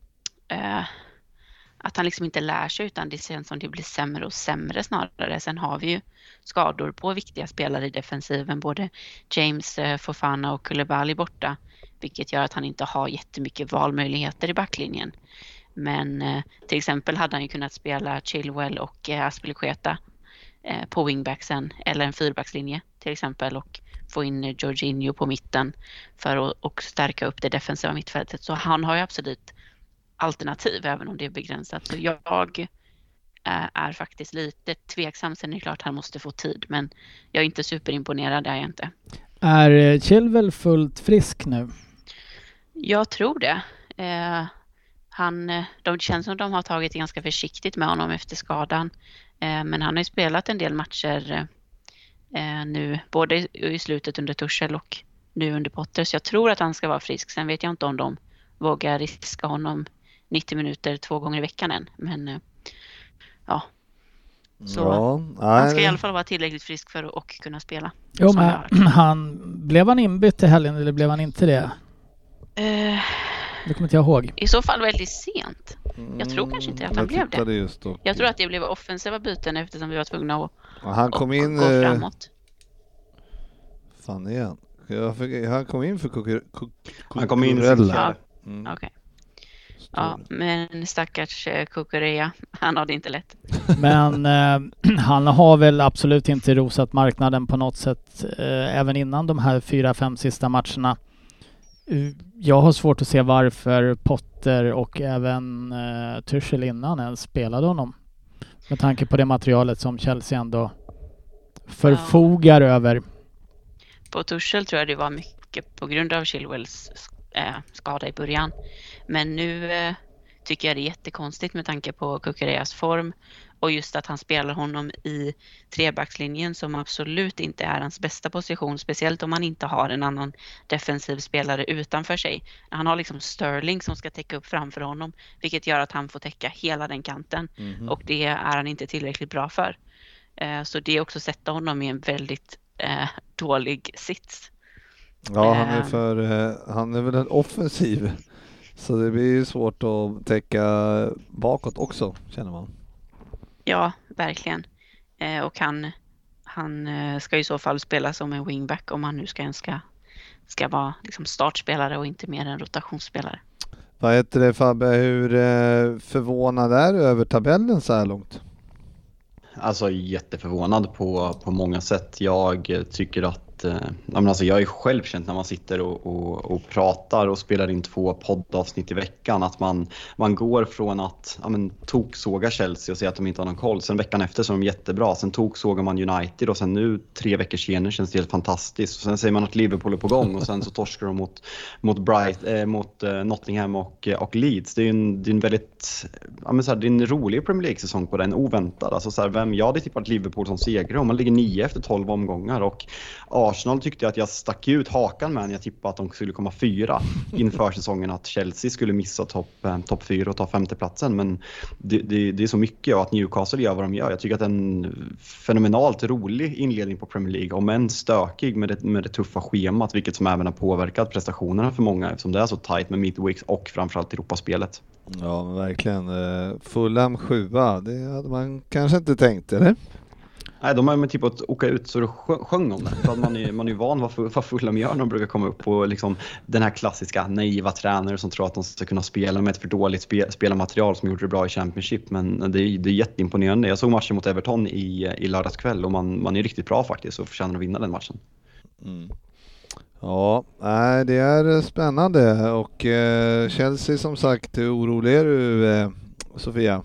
eh, att han liksom inte lär sig utan det känns som det blir sämre och sämre snarare. Sen har vi ju skador på viktiga spelare i defensiven, både James, eh, Fofana och Koulibaly borta, vilket gör att han inte har jättemycket valmöjligheter i backlinjen. Men eh, till exempel hade han ju kunnat spela Chilwell och eh, Aspilicueta eh, på wingbacksen eller en fyrbackslinje till exempel och få in eh, Jorginho på mitten för att och stärka upp det defensiva mittfältet. Så han har ju absolut alternativ även om det är begränsat. Så jag eh, är faktiskt lite tveksam. Sen är det klart han måste få tid, men jag är inte superimponerad, det är jag inte. Är Chilwell fullt frisk nu? Jag tror det. Eh, Han, de känns som de har tagit ganska försiktigt med honom efter skadan. Eh, men han har ju spelat en del matcher eh, nu, både i slutet under Tuchel och nu under Potter. Så jag tror att han ska vara frisk. Sen vet jag inte om de vågar riska honom nittio minuter två gånger i veckan än. Men eh, ja. Så ja, han ska i alla fall vara tillräckligt frisk för att kunna spela. Jo, men han, blev han inbytt i helgen eller blev han inte det? Eh... Det kommer inte jag ihåg. I så fall väldigt sent. Jag tror kanske inte att han jag blev det. Just då. Jag tror att det blev offensiva byten eftersom vi var tvungna att han kom och, in, gå framåt. Fan igen. Jag fick, han kom in för Cucurella. Han kom in för ja. mm. Okej. Okay. Ja, men stackars Cucurella, han har det inte lätt. Men eh, han har väl absolut inte rosat marknaden på något sätt, eh, även innan de här fyra, fem sista matcherna. Jag har svårt att se varför Potter och även eh, Tuchel innan ens spelade honom. Med tanke på det materialet som Chelsea ändå förfogar ja. över. På Tuchel tror jag det var mycket på grund av Chilwells eh, skada i början. Men nu eh, tycker jag det är jättekonstigt med tanke på Cucurellas form. Och just att han spelar honom i trebackslinjen som absolut inte är hans bästa position. Speciellt om man inte har en annan defensiv spelare utanför sig. Han har liksom Sterling som ska täcka upp framför honom. Vilket gör att han får täcka hela den kanten. Mm-hmm. Och det är han inte tillräckligt bra för. Eh, så det är också sätta honom i en väldigt eh, dålig sits. Ja, han är, för, eh, han är väl en offensiv. Så det blir ju svårt att täcka bakåt också, känner man. Ja, verkligen. Eh, och han, han eh, ska i så fall spela som en wingback om han nu ska, ska, ska vara liksom startspelare och inte mer en rotationsspelare. Vad heter det Fabbe, hur eh, förvånad är du över tabellen så här långt? Alltså jätteförvånad på, på många sätt. Jag tycker att Ja, men alltså jag är själv känt när man sitter och, och, och pratar och spelar in två poddavsnitt i veckan att man, man går från att ja, men, toksåga Chelsea och säga att de inte har någon koll. Sen veckan efter så är de jättebra. Sen toksågar man United och sen nu tre veckor senare känns det helt fantastiskt. Och sen säger man att Liverpool är på gång och sen så torskar de mot, mot, Bright, eh, mot eh, Nottingham och, och Leeds. Det är en, det är en väldigt ja, men så här, det är en rolig Premier League-säsong på den, oväntad. Alltså, så här, vem, jag hade tippat Liverpool som segrare och man ligger nio efter tolv omgångar och Arsenal tyckte att jag stack ut hakan med när jag tippade att de skulle komma fyra inför säsongen, att Chelsea skulle missa topp eh, top fyra och ta femteplatsen. Men det, det, det är så mycket, och att Newcastle gör vad de gör. Jag tycker att det är en fenomenalt rolig inledning på Premier League, om än stökig med det, med det tuffa schemat, vilket som även har påverkat prestationerna för många eftersom det är så tajt med midweeks och framförallt Europaspelet. Ja, verkligen. Fulham sjua, det hade man kanske inte tänkt, eller? Nej, de har ju typ att åka ut så det sjöng om det. För att man är, man är van vad, vad Fulham gör när de brukar komma upp på liksom den här klassiska naiva tränare som tror att de ska kunna spela med ett för dåligt spe, spelarmaterial som gjorde det bra i Championship. Men det är, det är jätteimponerande. Jag såg matchen mot Everton i, i lördagskväll och man, man är riktigt bra faktiskt och förtjänar att vinna den matchen. Mm. Ja, nej, det är spännande och eh, Chelsea som sagt, hur orolig är du, eh, Sofia?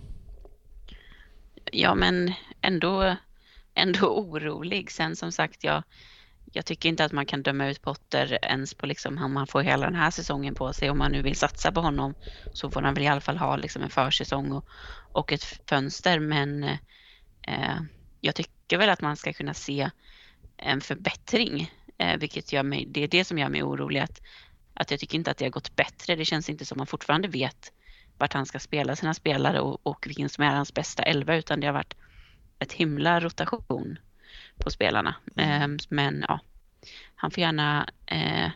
Ja, men ändå... ändå orolig. Sen som sagt, jag, jag tycker inte att man kan döma ut Potter ens på liksom, om man får hela den här säsongen på sig. Om man nu vill satsa på honom så får han väl i alla fall ha liksom en försäsong och, och ett fönster. Men eh, jag tycker väl att man ska kunna se en förbättring. Eh, vilket gör mig, det är det som gör mig orolig. Att, att jag tycker inte att det har gått bättre. Det känns inte som man fortfarande vet vart han ska spela sina spelare och, och vilken som är hans bästa elva. Utan det har varit ett himla rotation på spelarna. Mm. Eh, men ja, han får gärna eh,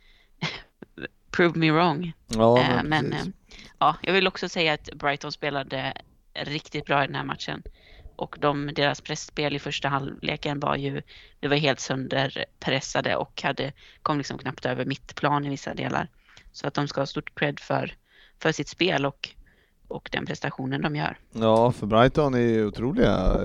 prove me wrong. Ja, eh, men eh, ja, jag vill också säga att Brighton spelade riktigt bra i den här matchen. Och de, deras pressspel i första halvleken var ju, det var helt sönderpressade och hade, kom liksom knappt över mittplan i vissa delar. Så att de ska ha stort cred för, för sitt spel och och den prestationen de gör. Ja, för Brighton är ju otroliga.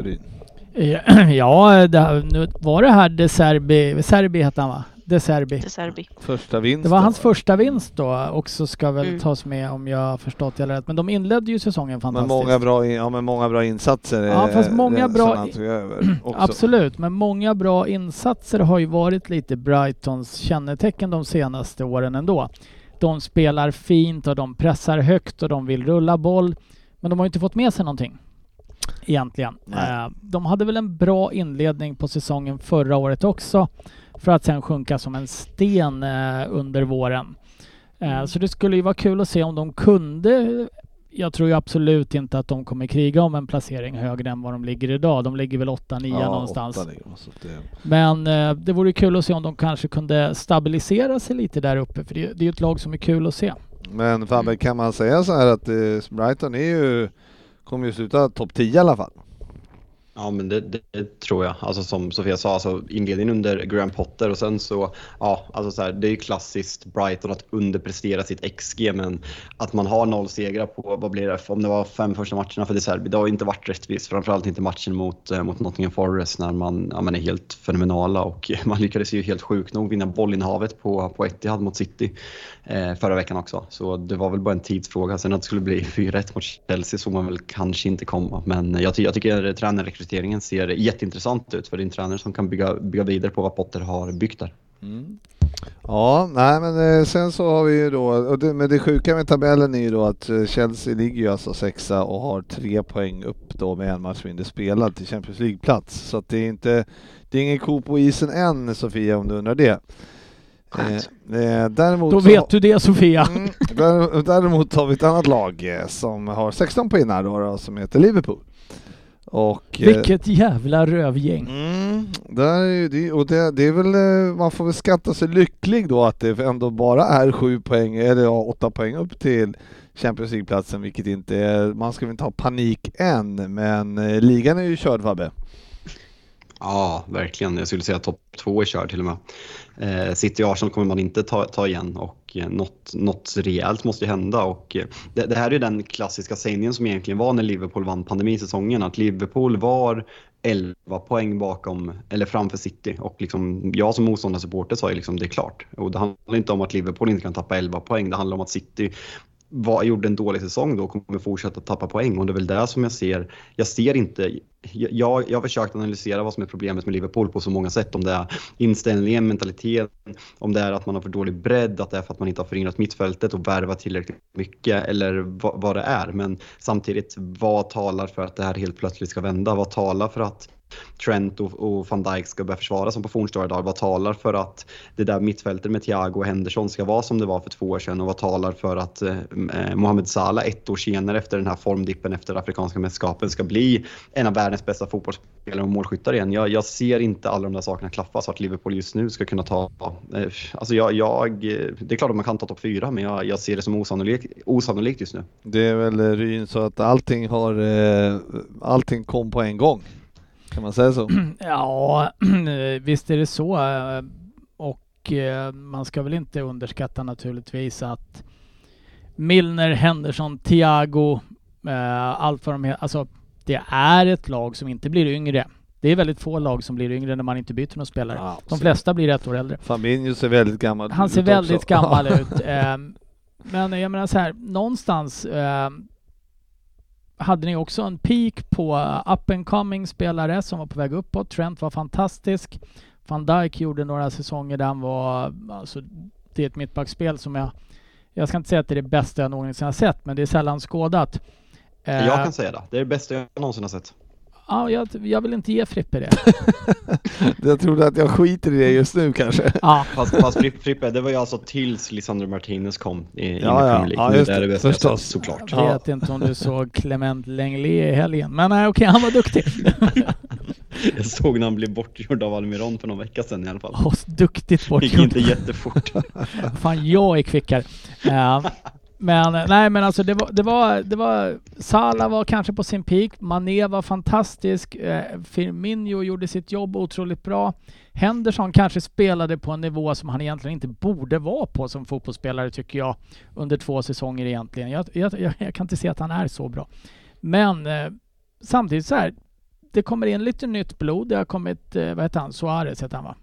Ja, det, nu var det här De Serbi, Serbi heter han va? De Serbi. De Serbi. Första vinst. Det var hans första vinst då, också ska väl mm. tas med om jag förstått det rätt. Men de inledde ju säsongen fantastiskt. Men många bra, in, ja, men många bra insatser. Ja, fast många bra... Över absolut, men många bra insatser har ju varit lite Brightons kännetecken de senaste åren ändå. De spelar fint och de pressar högt och de vill rulla boll. Men de har ju inte fått med sig någonting egentligen. Eh, de hade väl en bra inledning på säsongen förra året också. För att sen sjunka som en sten eh, under våren. Eh, så det skulle ju vara kul att se om de kunde. Jag tror ju absolut inte att de kommer kriga om en placering högre än vad de ligger idag. De ligger väl åtta nio ja, någonstans. åtta, det... Men eh, det vore kul att se om de kanske kunde stabilisera sig lite där uppe. För det, det är ju ett lag som är kul att se. Men Fabbe, kan man säga så här att eh, Brighton är ju, kommer ju sluta topp tio i alla fall? Ja, men det, det, det tror jag. Alltså som Sofia sa, alltså inledningen under Graham Potter och sen så, ja, alltså så här, det är ju klassiskt Brighton att underprestera sitt X G, men att man har noll segrar på, vad blir det, om det var fem första matcherna för De Zerbi, det har inte varit rättvist, framförallt inte matchen mot, eh, mot Nottingham Forest när man, ja, man är helt fenomenala och man lyckades ju helt sjukt nog vinna bollinnehavet på, på Etihad mot City eh, förra veckan också, så det var väl bara en tidsfråga. Sen att det skulle bli fyra ett mot Chelsea så man väl kanske inte komma, men jag, ty- jag tycker tränarrekryteringen ser jätteintressant ut, för det är en tränare som kan bygga, bygga vidare på vad Potter har byggt där. Mm. Ja, nej men eh, sen så har vi ju då, och det, men det sjuka med tabellen är ju då att Chelsea ligger ju alltså sexa och har tre poäng upp då med en match mindre spelad till Champions League-plats, så att det är inte, det är ingen ko på isen än, Sofia, om du undrar det. Eh, däremot då vet så, du det, Sofia. Mm, där, däremot har vi ett annat lag eh, som har sexton pinnar då, då, som heter Liverpool. Och, vilket jävla rövgäng. Mm, där, det, och det, det är väl, man får väl skatta sig lycklig då att det ändå bara är sju poäng eller ja, åtta poäng upp till Champions League-platsen, vilket inte är, man ska väl inte ha panik än, men eh, ligan är ju körd, Fabbe. Ja, verkligen. Jag skulle säga att topp två är körd till och med. Eh, City och Arsenal kommer man inte ta, ta igen, och eh, något, något rejält måste ju hända. Och, eh, det, det här är den klassiska sägningen som egentligen var när Liverpool vann pandemisäsongen, att Liverpool var elva poäng bakom, eller framför City. Och liksom, jag som motståndarsupporter sa ju liksom, det är klart. Och det handlar inte om att Liverpool inte kan tappa elva poäng, det handlar om att City var, gjorde en dålig säsong då och kommer fortsätta tappa poäng, och det är väl det som jag ser. Jag ser inte, jag, jag har försökt analysera vad som är problemet med Liverpool på så många sätt, om det är inställningen, mentaliteten, om det är att man har för dålig bredd, att det är för att man inte har förhindrat mittfältet och värvat tillräckligt mycket, eller vad, vad det är. Men samtidigt, vad talar för att det här helt plötsligt ska vända? Vad talar för att Trent och, och Van Dijk ska börja försvara som på fornstora dagar? Vad talar för att det där mittfältet med Thiago och Henderson ska vara som det var för två år sedan? Och vad talar för att eh, Mohamed Salah ett år senare efter den här formdippen efter afrikanska mästerskapen ska bli en av världens bästa fotbollsspelare och målskyttar igen? Jag, jag ser inte alla de där sakerna klaffa så att Liverpool just nu ska kunna ta... Eh, alltså jag, jag, det är klart att man kan ta topp fyra, men jag, jag ser det som osannolikt, osannolikt just nu. Det är väl Ryn så att allting har eh, allting kom på en gång. Kan man säga så? Ja, visst är det så. Och man ska väl inte underskatta naturligtvis att Milner, Henderson, Thiago, allt vad de heter. Alltså, det är ett lag som inte blir yngre. Det är väldigt få lag som blir yngre när man inte byter någon spelare. Ja, de flesta blir ett år äldre. Fabinho ser väldigt gammal ut. Han ser väldigt också. gammal ut. Men jag menar så här, någonstans... hade ni också en peak på up and coming spelare som var på väg uppåt. Trent var fantastisk. Van Dijk gjorde några säsonger där han var, alltså, det är ett mittbackspel som jag, jag ska inte säga att det är det bästa jag någonsin har sett, men det är sällan skådat. Jag kan säga det. Det är det bästa jag någonsin har sett. Ja, jag, jag vill inte ge Frippe det. Jag trodde att jag skiter i det just nu kanske. Ja. Fast, fast Frippe, det var ju alltså tills Lisandro Martinez kom i, ja, ja. ja, just det. Det är det bästa förstås. Jag sett, såklart. Jag vet ja. inte om du såg Clement Lenglet i helgen. Men nej, okej, han var duktig. Jag såg när han blev bortgjord av Almiron för någon vecka sedan i alla fall. Oh, duktigt bortgjord. Det gick inte jättefort. Fan, jag är kvickare. Uh, Men nej, men alltså det var, det var, det var Salah var kanske på sin peak, Mané var fantastisk, eh, Firmino gjorde sitt jobb otroligt bra. Henderson kanske spelade på en nivå som han egentligen inte borde vara på som fotbollsspelare, tycker jag, under två säsonger egentligen. Jag, jag, jag, jag kan inte se att han är så bra. Men eh, samtidigt så här, det kommer in lite nytt blod. Det har kommit, eh, vad heter han? Suarez heter han, va?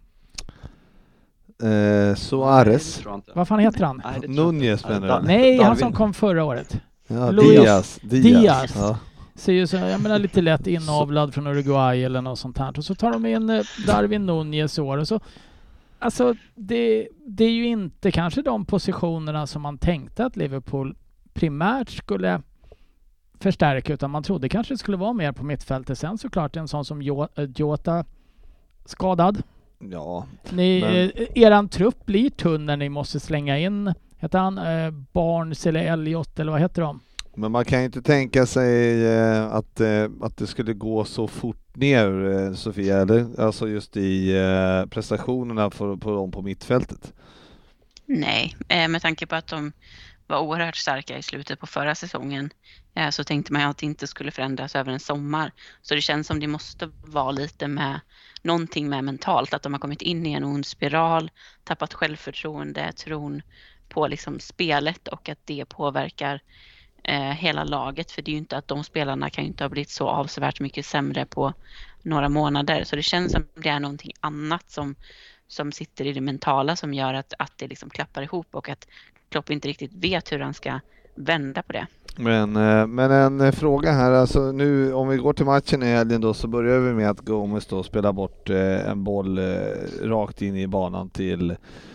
Eh, Suarez. Vad fan heter han? Nej, Nunez menar du? Nej, han som kom förra året. Ja, Diaz. Diaz. Diaz. Ja. Ser ju så, jag menar, lite lätt inavlad från Uruguay eller något sånt här. Och så tar de in Darwin Nunez år och så. Alltså, det, det är ju inte kanske de positionerna som man tänkte att Liverpool primärt skulle förstärka, utan man trodde kanske det skulle vara mer på mittfältet. Sen såklart en sån som Jota skadad. Ja. Ni, men... eran trupp blir tunn när ni måste slänga in, heter han eh, Barnes eller Elliot eller vad heter de? Men man kan ju inte tänka sig eh, att, eh, att det skulle gå så fort ner, eh, Sofia, eller? Alltså just i eh, prestationerna för, på dem på mittfältet. Nej, eh, med tanke på att de var oerhört starka i slutet på förra säsongen, eh, så tänkte man att det inte skulle förändras över en sommar. Så det känns som det måste vara lite med någonting med mentalt, att de har kommit in i en ond spiral, tappat självförtroende, tron på liksom spelet, och att det påverkar eh, hela laget. För det är ju inte att de spelarna kan ju inte ha blivit så avsevärt mycket sämre på några månader. Så det känns som det är någonting annat som, som sitter i det mentala som gör att, att det liksom klappar ihop, och att Klopp inte riktigt vet hur han ska vända på det. Men, men en fråga här, alltså nu om vi går till matchen i helgen då, så börjar vi med att Gomez då spelar bort en boll rakt in i banan till,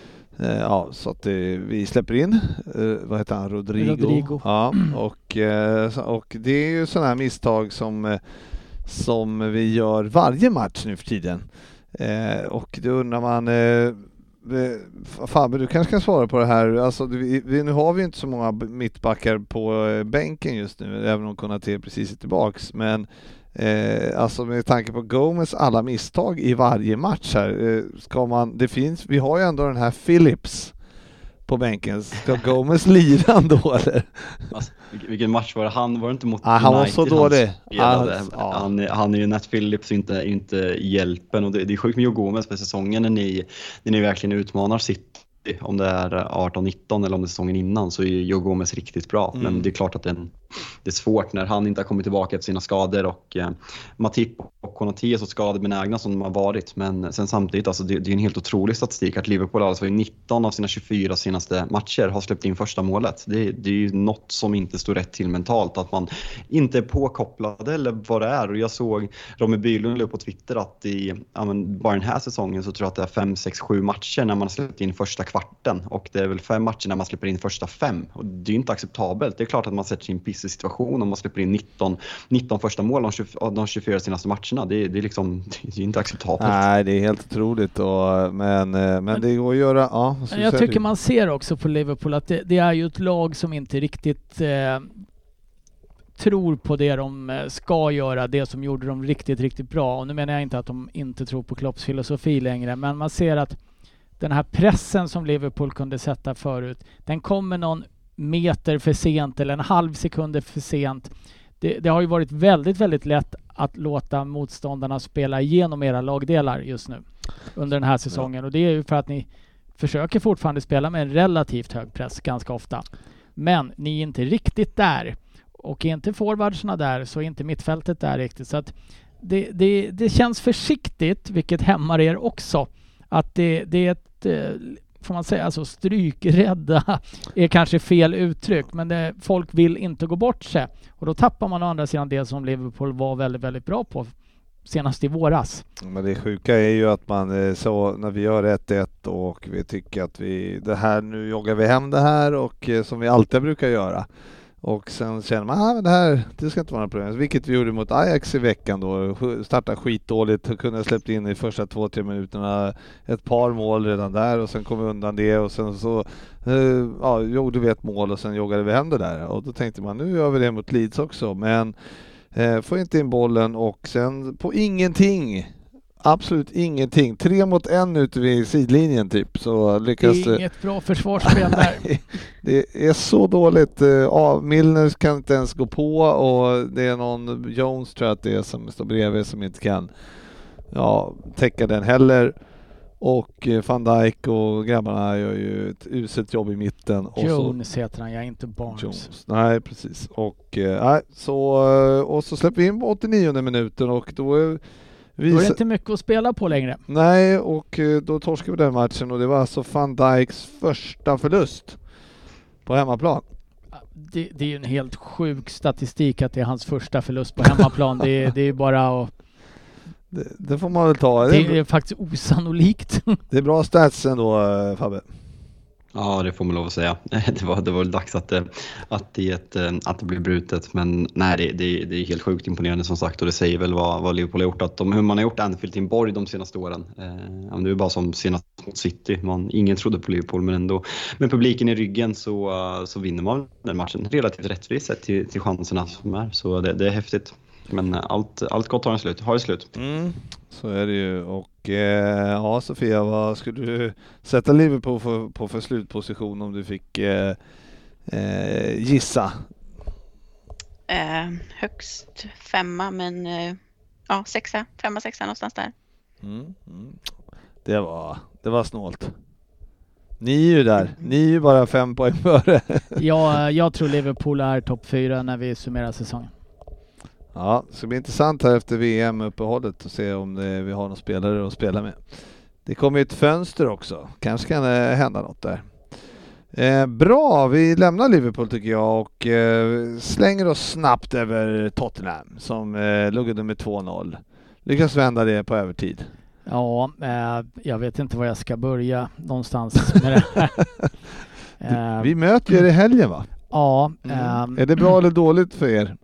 ja, så att det, vi släpper in, vad heter han, Rodrigo. Rodrigo. Ja, och, och det är ju sådana här misstag som, som vi gör varje match nu för tiden. Och då undrar man, Fabbe, du kanske kan svara på det här. Alltså, vi, vi, nu har vi inte så många mittbackar på bänken just nu, även om Konaté precis är tillbaks. Men eh, alltså med tanke på Gomez alla misstag i varje match här, eh, ska man, det finns, vi har ju ändå den här Phillips på bänken. Ska Gomez lira då eller? Alltså, vilken match var det? Han var inte mot ah, han var så dålig. Han, ah, han, han är ju Nat Phillips, inte, inte hjälpen, och det, det är sjukt med Joe Gomez för säsongen när ni, när ni verkligen utmanar City. Om det är arton nitton eller om det är säsongen innan, så är Joe Gomez riktigt bra. Mm. Men det är klart att det är, en, det är svårt när han inte har kommit tillbaka efter sina skador, och eh, Matip och Konaté är så skadebenägna som de har varit. Men sen samtidigt, alltså det, det är en helt otrolig statistik att Liverpool alltså i nitton av sina tjugofyra senaste matcher har släppt in första målet. Det, det är ju något som inte står rätt till mentalt, att man inte är påkopplad eller vad det är. Och jag såg Romy Bylund på Twitter att i, ja, men bara den här säsongen så tror jag att det är fem, sex, sju matcher när man har släppt in första kvarten, och det är väl fem matcher när man släpper in första fem, och det är ju inte acceptabelt. Det är klart att man sätter sin pissig situation om man släpper in nitton, nitton första mål av de tjugofyra senaste matcherna. Det är, det är liksom, det är inte acceptabelt. Nej, det är helt otroligt, och, men, men, men det går att göra. Ja, jag tycker man ser också på Liverpool att det, det är ju ett lag som inte riktigt eh, tror på det de ska göra, det som gjorde dem riktigt, riktigt bra. Och nu menar jag inte att de inte tror på Klopps filosofi längre, men man ser att den här pressen som Liverpool kunde sätta förut, den kommer någon meter för sent eller en halv sekund för sent. Det, det har ju varit väldigt, väldigt lätt att låta motståndarna spela igenom era lagdelar just nu under den här säsongen. Ja. Och det är ju för att ni försöker fortfarande spela med en relativt hög press ganska ofta. Men ni är inte riktigt där. Och är inte forwardsarna där, så är inte mittfältet där riktigt. Så att det, det, det känns försiktigt, vilket hämmar er också. Att det, det är ett, får man säga, alltså strykrädda är kanske fel uttryck, men det, folk vill inte gå bort sig. Och då tappar man å andra sidan det som Liverpool var väldigt, väldigt bra på senast i våras. Men det sjuka är ju att man så när vi gör ett ett och vi tycker att vi, det här, nu joggar vi hem det här, och som vi alltid brukar göra. Och sen känner man att ah, det här, det ska inte vara något problem. Vilket vi gjorde mot Ajax i veckan då. Startade skitdåligt och kunde ha släppt in i första två, tre minuterna ett par mål redan där. Och sen kom vi undan det. Och sen så uh, ja, gjorde vi ett mål och sen joggade vi hem det där. Och då tänkte man, nu gör vi det mot Leeds också. Men uh, får inte in bollen, och sen på ingenting. Absolut ingenting. Tre mot en ute vid sidlinjen typ. Så lyckas det är inget bra försvarsspel där. Det är så dåligt. Ja, Milner kan inte ens gå på, och det är någon Jones tror jag att det är som står bredvid som inte kan ja, täcka den heller. Och Van Dijk och grabbarna gör ju ett uselt jobb i mitten. Jones så, heter han, jag är inte Barnes. Jones. Nej, precis. Och, äh, så, och så släpper vi in på åttionionde minuten, och då är Vi då är det inte mycket att spela på längre. Nej, och då torskade vi den matchen, och det var alltså Van Dijks första förlust på hemmaplan. Det, det är ju en helt sjuk statistik att det är hans första förlust på hemmaplan. det, det är bara att... Det, det får man väl ta. Det är, det är faktiskt osannolikt. Det är bra stats ändå, Fabbe. Ja, det får man lov att säga. Det var, det var dags att det, att, det, att det blir brutet. Men nej, det, det, det är helt sjukt imponerande som sagt. Och det säger väl vad, vad Liverpool har gjort. Att de, hur man har gjort Anfield till en borg de senaste åren. Eh, det är bara som senast mot City. Man, ingen trodde på Liverpool, men ändå. Med publiken i ryggen så, så vinner man den matchen. Relativt rättvist sett till, till chanserna som är. Så det, det är häftigt. Men allt, allt gott har en slut. Har ett slut. Mm, så är det ju. Och eh, ja, Sofia, vad skulle du sätta Liverpool på för, på för slutposition om du fick eh, eh, gissa? Eh, högst femma, men eh, ja, sexa, femma, sexa någonstans där. Mm, mm. Det var, det var snålt. Ni är ju där. Ni är ju bara fem poäng före. Ja, jag tror Liverpool är topp fyra när vi summerar säsongen. Ja, det ska bli intressant här efter V M-uppehållet och se om det, vi har några spelare att spela med. Det kommer ju ett fönster också. Kanske kan det hända något där. Eh, bra, vi lämnar Liverpool tycker jag och eh, slänger oss snabbt över Tottenham som eh, låg nummer två noll. Lyckas vända det på övertid. Ja, eh, jag vet inte var jag ska börja någonstans med det här. eh, vi möter ju i helgen va? Ja. Mm. Eh, är det bra eller dåligt för er?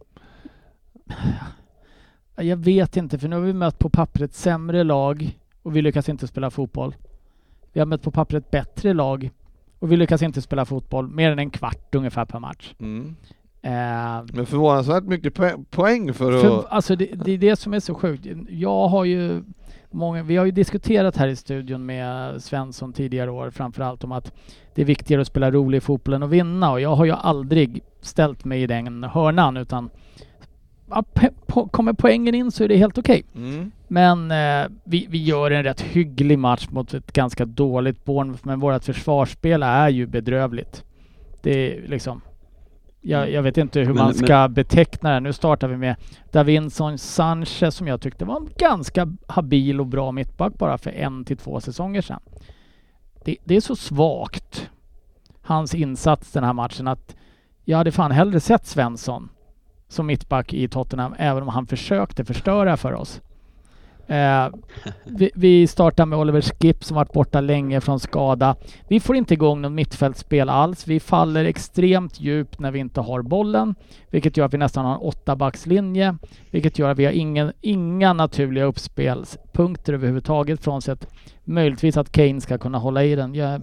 Jag vet inte, för nu har vi mött på pappret sämre lag och vi lyckas inte spela fotboll. Vi har mött på pappret bättre lag och vi lyckas inte spela fotboll mer än en kvart ungefär per match. Mm. Eh, Men förvånansvärt mycket poäng för att... För, alltså det, det är det som är så sjukt. Jag har ju många, vi har ju diskuterat här i studion med Svensson tidigare år framförallt om att det är viktigare att spela rolig fotboll än att vinna, och jag har ju aldrig ställt mig i den hörnan, utan ja, pe- po- kommer poängen in så är det helt okej. Okay. Mm. Men eh, vi, vi gör en rätt hygglig match mot ett ganska dåligt Bournemouth, men vårt försvarsspel är ju bedrövligt. Det är liksom... Jag, jag vet inte hur men, man ska men... beteckna det. Nu startar vi med Davinson Sanchez som jag tyckte var en ganska habil och bra mittback bara för en till två säsonger sedan. Det, det är så svagt, hans insats den här matchen, att jag hade fan hellre sett Svensson som mittback i Tottenham, även om han försökte förstöra för oss. Eh, vi, vi startar med Oliver Skip som varit borta länge från skada. Vi får inte igång någon mittfältspel alls. Vi faller extremt djupt när vi inte har bollen, vilket gör att vi nästan har en åttabackslinje, vilket gör att vi har ingen, inga naturliga uppspelspunkter överhuvudtaget, frånsett möjligtvis att Kane ska kunna hålla i den. Jag,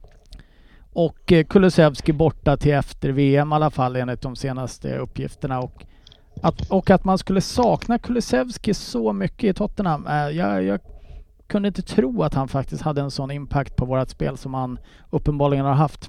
och eh, Kulusevski borta till efter V M i alla fall enligt de senaste uppgifterna, och Att, och att man skulle sakna Kulusevski så mycket i Tottenham. Äh, jag, jag kunde inte tro att han faktiskt hade en sån impact på vårt spel som han uppenbarligen har haft.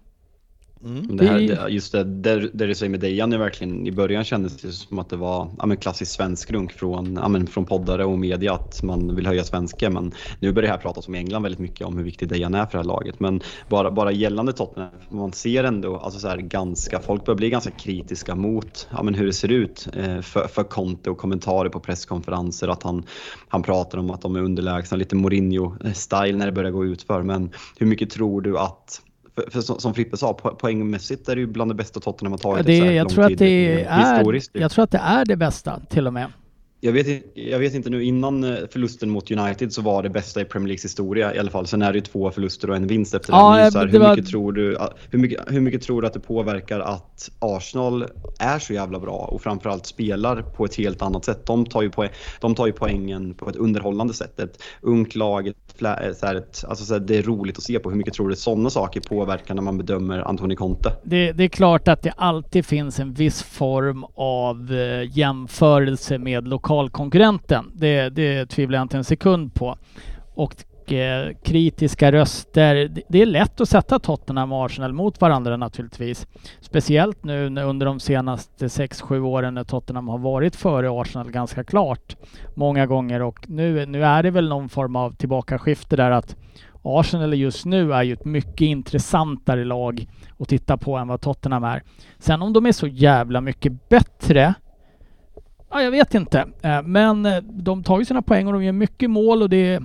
Mm. Det här, det, just det, det, det du säger med Dejan är verkligen, i början kändes det som att det var ja, men klassisk svensk runk från, ja, men från poddare och media, att man vill höja svenska, men nu börjar det här pratas om i England väldigt mycket om hur viktig Dejan är för det här laget, men bara, bara gällande Tottenham, man ser ändå alltså så här, ganska, folk börjar bli ganska kritiska mot ja, men hur det ser ut eh, för, för Conte, och kommentarer på presskonferenser att han, han pratar om att de är underlägsna, lite Mourinho-style när det börjar gå ut för, men hur mycket tror du att För, för som Frippe sa, po- poängmässigt är det ju bland det bästa Tottenham har tagit. Det, jag, tror att det är, jag tror att det är det bästa till och med. Jag vet, jag vet inte nu, innan förlusten mot United så var det bästa i Premier Leagues historia i alla fall. Sen är det ju två förluster och en vinst efter ja, den. Så här, hur, var... mycket tror du, hur, mycket, hur mycket tror du att det påverkar att Arsenal är så jävla bra och framförallt spelar på ett helt annat sätt? De tar ju, poäng, de tar ju poängen på ett underhållande sätt. Ett ungt lag, ett, så här, ett, alltså så här, det är roligt att se på. Hur mycket tror du sådana saker påverkar när man bedömer Antonio Conte? Det, det är klart att det alltid finns en viss form av eh, jämförelse med lokalkonkurrenten. Det, det tvivlar jag inte en sekund på. Och eh, kritiska röster. Det, det är lätt att sätta Tottenham och Arsenal mot varandra naturligtvis. Speciellt nu under de senaste sex sju åren när Tottenham har varit före Arsenal ganska klart många gånger. Och nu, nu är det väl någon form av tillbakaskifte där, att Arsenal just nu är ju ett mycket intressantare lag att titta på än vad Tottenham är. Sen om de är så jävla mycket bättre, ja, jag vet inte. Men de tar ju sina poäng och de gör mycket mål, och det är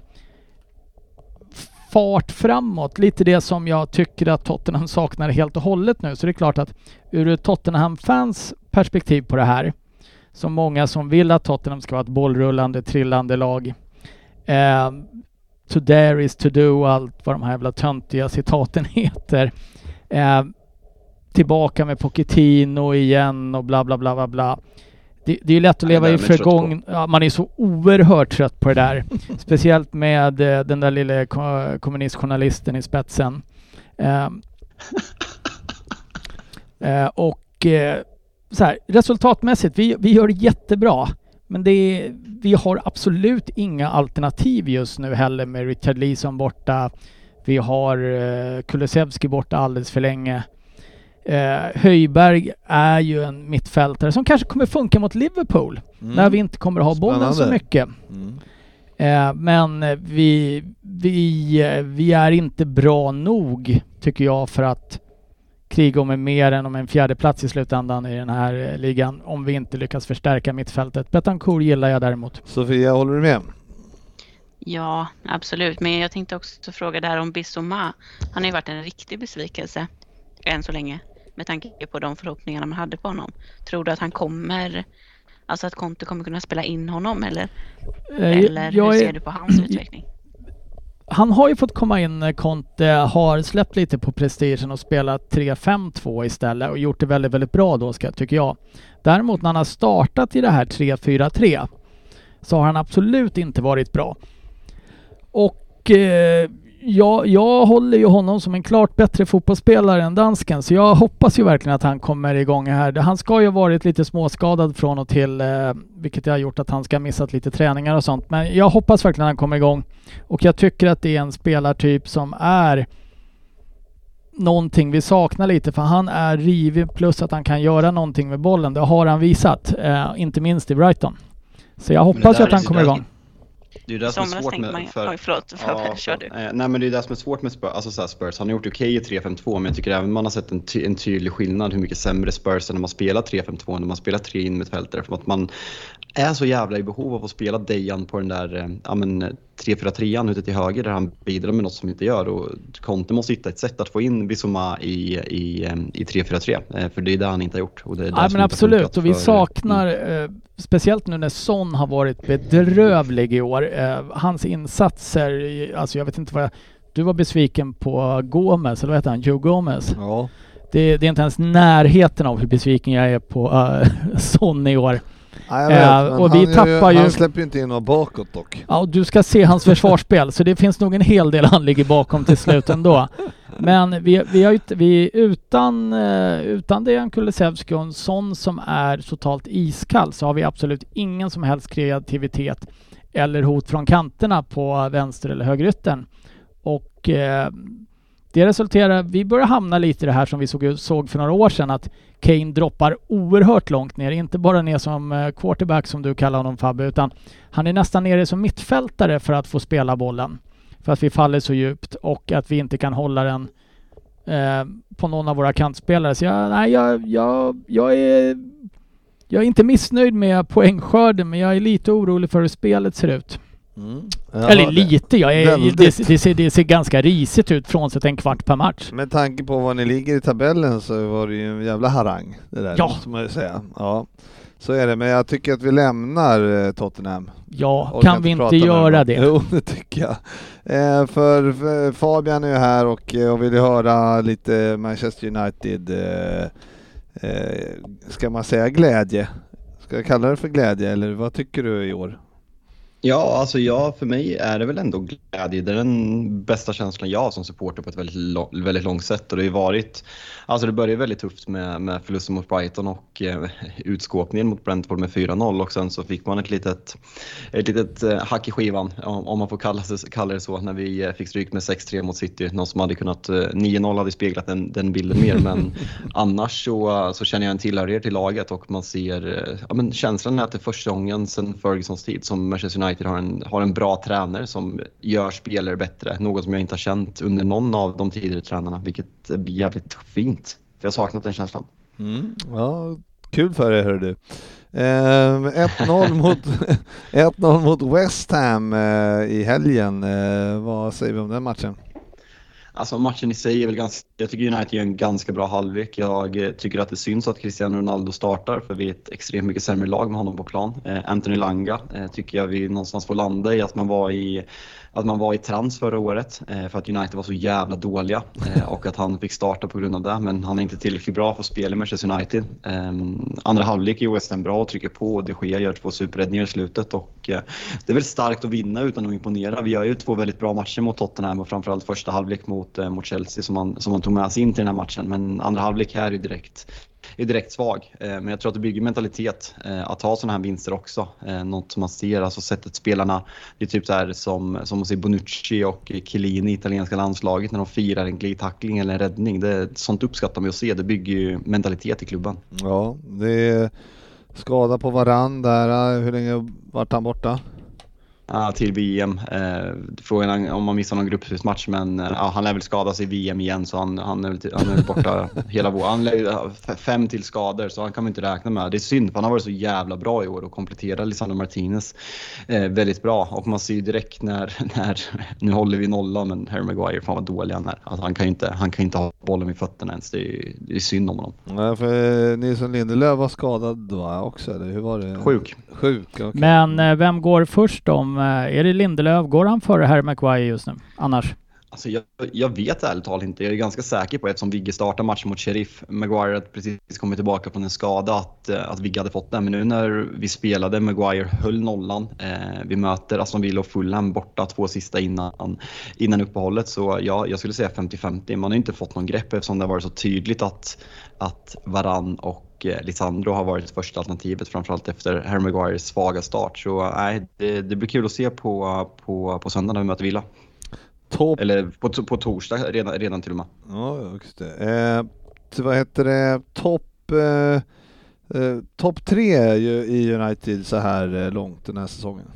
fart framåt. Lite det som jag tycker att Tottenham saknar helt och hållet nu. Så det är klart att ur ett Tottenham-fans perspektiv på det här, så många som vill att Tottenham ska vara ett bollrullande, trillande lag. Eh, to dare is to do, allt vad de här jävla töntiga citaten heter. Eh, tillbaka med Pochettino igen och bla bla bla bla bla. Det, det är ju lätt att leva i förgång. Ja, man är så oerhört trött på det där. Speciellt med eh, den där lilla ko- kommunistjournalisten i spetsen. Eh, eh, och eh, så här, resultatmässigt, vi, vi gör det jättebra. Men det är, vi har absolut inga alternativ just nu heller med Richard Leeson borta. Vi har eh, Kulusevski borta alldeles för länge. Eh, Höjberg är ju en mittfältare som kanske kommer funka mot Liverpool mm. när vi inte kommer att ha bollen Spännande. så mycket. Mm. Eh, men vi, vi, vi är inte bra nog, tycker jag, för att kriga om mer än om en fjärde plats i slutändan i den här ligan om vi inte lyckas förstärka mittfältet. Betancourt gillar jag däremot. Sofia, håller du med? Ja, absolut. Men jag tänkte också fråga där om Bissouma. Han har ju varit en riktig besvikelse än så länge med tanke på de förhoppningarna man hade på honom. Tror du att han kommer, alltså att Conte kommer kunna spela in honom eller, eh, eller hur ser är, du på hans utveckling? Han har ju fått komma in, Conte har släppt lite på prestigen och spelat tre fem två istället och gjort det väldigt, väldigt bra då, ska, tycker jag. Däremot när han har startat i det här tre fyra tre så har han absolut inte varit bra. Och eh, jag, jag håller ju honom som en klart bättre fotbollsspelare än dansken, så jag hoppas ju verkligen att han kommer igång här. Han ska ju ha varit lite småskadad från och till, eh, vilket har gjort att han ska ha missat lite träningar och sånt. Men jag hoppas verkligen att han kommer igång. Och jag tycker att det är en spelartyp som är någonting vi saknar lite, för han är rivig plus att han kan göra någonting med bollen. Det har han visat, eh, inte minst i Brighton. Så jag hoppas ju att han kommer igång. Det är ju det som är svårt med man, för, oj, förlåt, för, ja, kör du. Eh, nej men det är det som är svårt med Spurs, alltså så här Spurs. Han har gjort okej i tre fem två, men jag tycker även man har sett en, ty- en tydlig skillnad hur mycket sämre Spurs när man spelar tre fem två när man spelar tre in med fältare, för att man är så jävla i behov av att spela Dejan på den där eh, ja men tre fyra trean ute till höger där han bidrar med något som inte gör, och Conte måste hitta ett sätt att få in Bissouma i, i, i tre fyra tre, eh, för det är det han inte har gjort. Och det är det ja men absolut, och vi för, saknar mm. eh, speciellt nu när Son har varit bedrövlig i år. Eh, hans insatser, alltså jag vet inte vad jag... Du var besviken på Gomez, eller vad heter han? Joe Gomez. Ja. Det, det är inte ens närheten av hur besviken jag är på uh, Son i år. Ja, vet, uh, och vi han, tappar ju, han släpper ju inte in något bakåt dock. Ja, och du ska se hans försvarsspel, så det finns nog en hel del han ligger bakom till slut ändå. Men vi, vi har ju vi, utan, uh, utan Dejan Kulusevski och en sån som är totalt iskall, så har vi absolut ingen som helst kreativitet eller hot från kanterna på vänster eller högerytten. Och eh, det resulterar, vi börjar hamna lite i det här som vi såg, såg för några år sedan, att Kane droppar oerhört långt ner, inte bara ner som eh, quarterback som du kallar honom, Fabbe, utan han är nästan nere som mittfältare för att få spela bollen, för att vi faller så djupt och att vi inte kan hålla den eh, på någon av våra kantspelare. Så jag, nej, jag, jag, jag är jag är inte missnöjd med poängskörden, men jag är lite orolig för hur spelet ser ut. Mm. Ja, Eller lite, jag är, det, det, ser, det ser ganska risigt ut från sig en kvart per match. Med tanke på vad ni ligger i tabellen så var det ju en jävla harang, det där, ja. måste man ju säga. Ja, så är det, men jag tycker att vi lämnar Tottenham. Ja, Orkar kan vi inte göra det? Jo, det tycker jag. Eh, för, för Fabian är ju här och, och vill höra lite Manchester United, eh, eh, ska man säga glädje? Ska jag kalla det för glädje, eller vad tycker du i år? Ja, alltså ja, för mig är det väl ändå glädje. Det är den bästa känslan jag som supporter på ett väldigt, lång, väldigt långt sätt. Och det har ju varit, alltså det började väldigt tufft med, med förlusten mot Brighton och eh, utskåpningen mot Brentford med fyra noll. Och sen så fick man ett litet, ett litet eh, hack i skivan, om, om man får kalla, kalla det så, när vi eh, fick stryk med sex tre mot City. Någon som hade kunnat, eh, nio noll hade speglat den, den bilden mer. Men annars så, så känner jag en tillhörighet till laget, och man ser, eh, ja men känslan är att det är första gången sedan Fergusons tid som Manchester United har en, har en bra tränare som gör spelare bättre. Något som jag inte har känt under någon av de tidigare tränarna, vilket blir jävligt fint. För jag har saknat den känslan. Mm. Ja, kul för er, hör du. Eh, ett noll mot, ett noll mot West Ham eh, i helgen. Eh, vad säger vi om den matchen? Alltså matchen i sig är väl ganska, jag tycker United gör en ganska bra halvlek. Jag tycker att det syns att Cristiano Ronaldo startar, för vi är ett extremt mycket sämre lag med honom på plan. Eh, Anthony Langa eh, tycker jag vi någonstans får landa i att man var i att man var i trans förra året eh, för att United var så jävla dåliga eh, och att han fick starta på grund av det, men han är inte tillräckligt bra för att spela i Manchester United. Eh, andra halvlek är West Ham bra och trycker på, och De Gea gör två superräddningar i slutet, och eh, det är väl starkt att vinna utan att imponera. Vi gör ju två väldigt bra matcher mot Tottenham, och framförallt första halvlek mot mot, eh, mot Chelsea som man, som man tog med sig in till den här matchen. Men andra halvlek här är ju direkt, är direkt svag. Eh, men jag tror att det bygger mentalitet eh, att ha sådana här vinster också. Eh, något som man ser, alltså sättet spelarna, det är typ så här som, som man ser Bonucci och Chiellini i italienska landslaget när de firar en glidtackling eller en räddning. Det, sånt uppskattar man att se, det bygger ju mentalitet i klubban. Ja, det är skada på Varane där. Hur länge vart han borta? Ja, till V M. Eh, frågan om man missar någon gruppspelsmatch, men eh, ja, han lär väl skada sig i V M igen, så han, han, är, väl, han är borta hela våren. Han lär fem till skador, så han kan man inte räkna med. Det är synd, för han har varit så jävla bra i år och kompletterar Lisandro Martinez eh, väldigt bra. Och man ser ju direkt när, när nu håller vi nolla, men Harry Maguire, fan vad dålig han är. Alltså, han kan ju inte, han kan inte ha bollen vid fötterna ens. Det är, det är synd om honom. Ja, för Nilsson Lindelöf var skadad då också, eller hur var det? Sjuk. Sjuk, okay. Men eh, vem går först om? Är det Lindelöf? Går han före Harry Maguire just nu? Annars? Alltså jag, jag vet ärligt talat inte. Jag är ganska säker på, eftersom Vigge startar matchen mot Sheriff, Maguire hade precis kommit tillbaka från en skada, att, att Vigge hade fått den. Men nu när vi spelade, Maguire höll nollan. Eh, vi möter Aston Villa och Fulham borta två sista innan, innan uppehållet. Så ja, jag skulle säga femtio femtio. Man har inte fått någon grepp eftersom det var så tydligt att, att Varane och Lisandro har varit första alternativet, framförallt efter Harry Maguires svaga start. Så nej, det, det blir kul att se på, på, på söndag när vi möter Villa. Top. Eller på, på torsdag redan, redan till och med. Ja, just det. Eh, vad heter det? Topp eh, eh, top tre ju i United så här långt den här säsongen.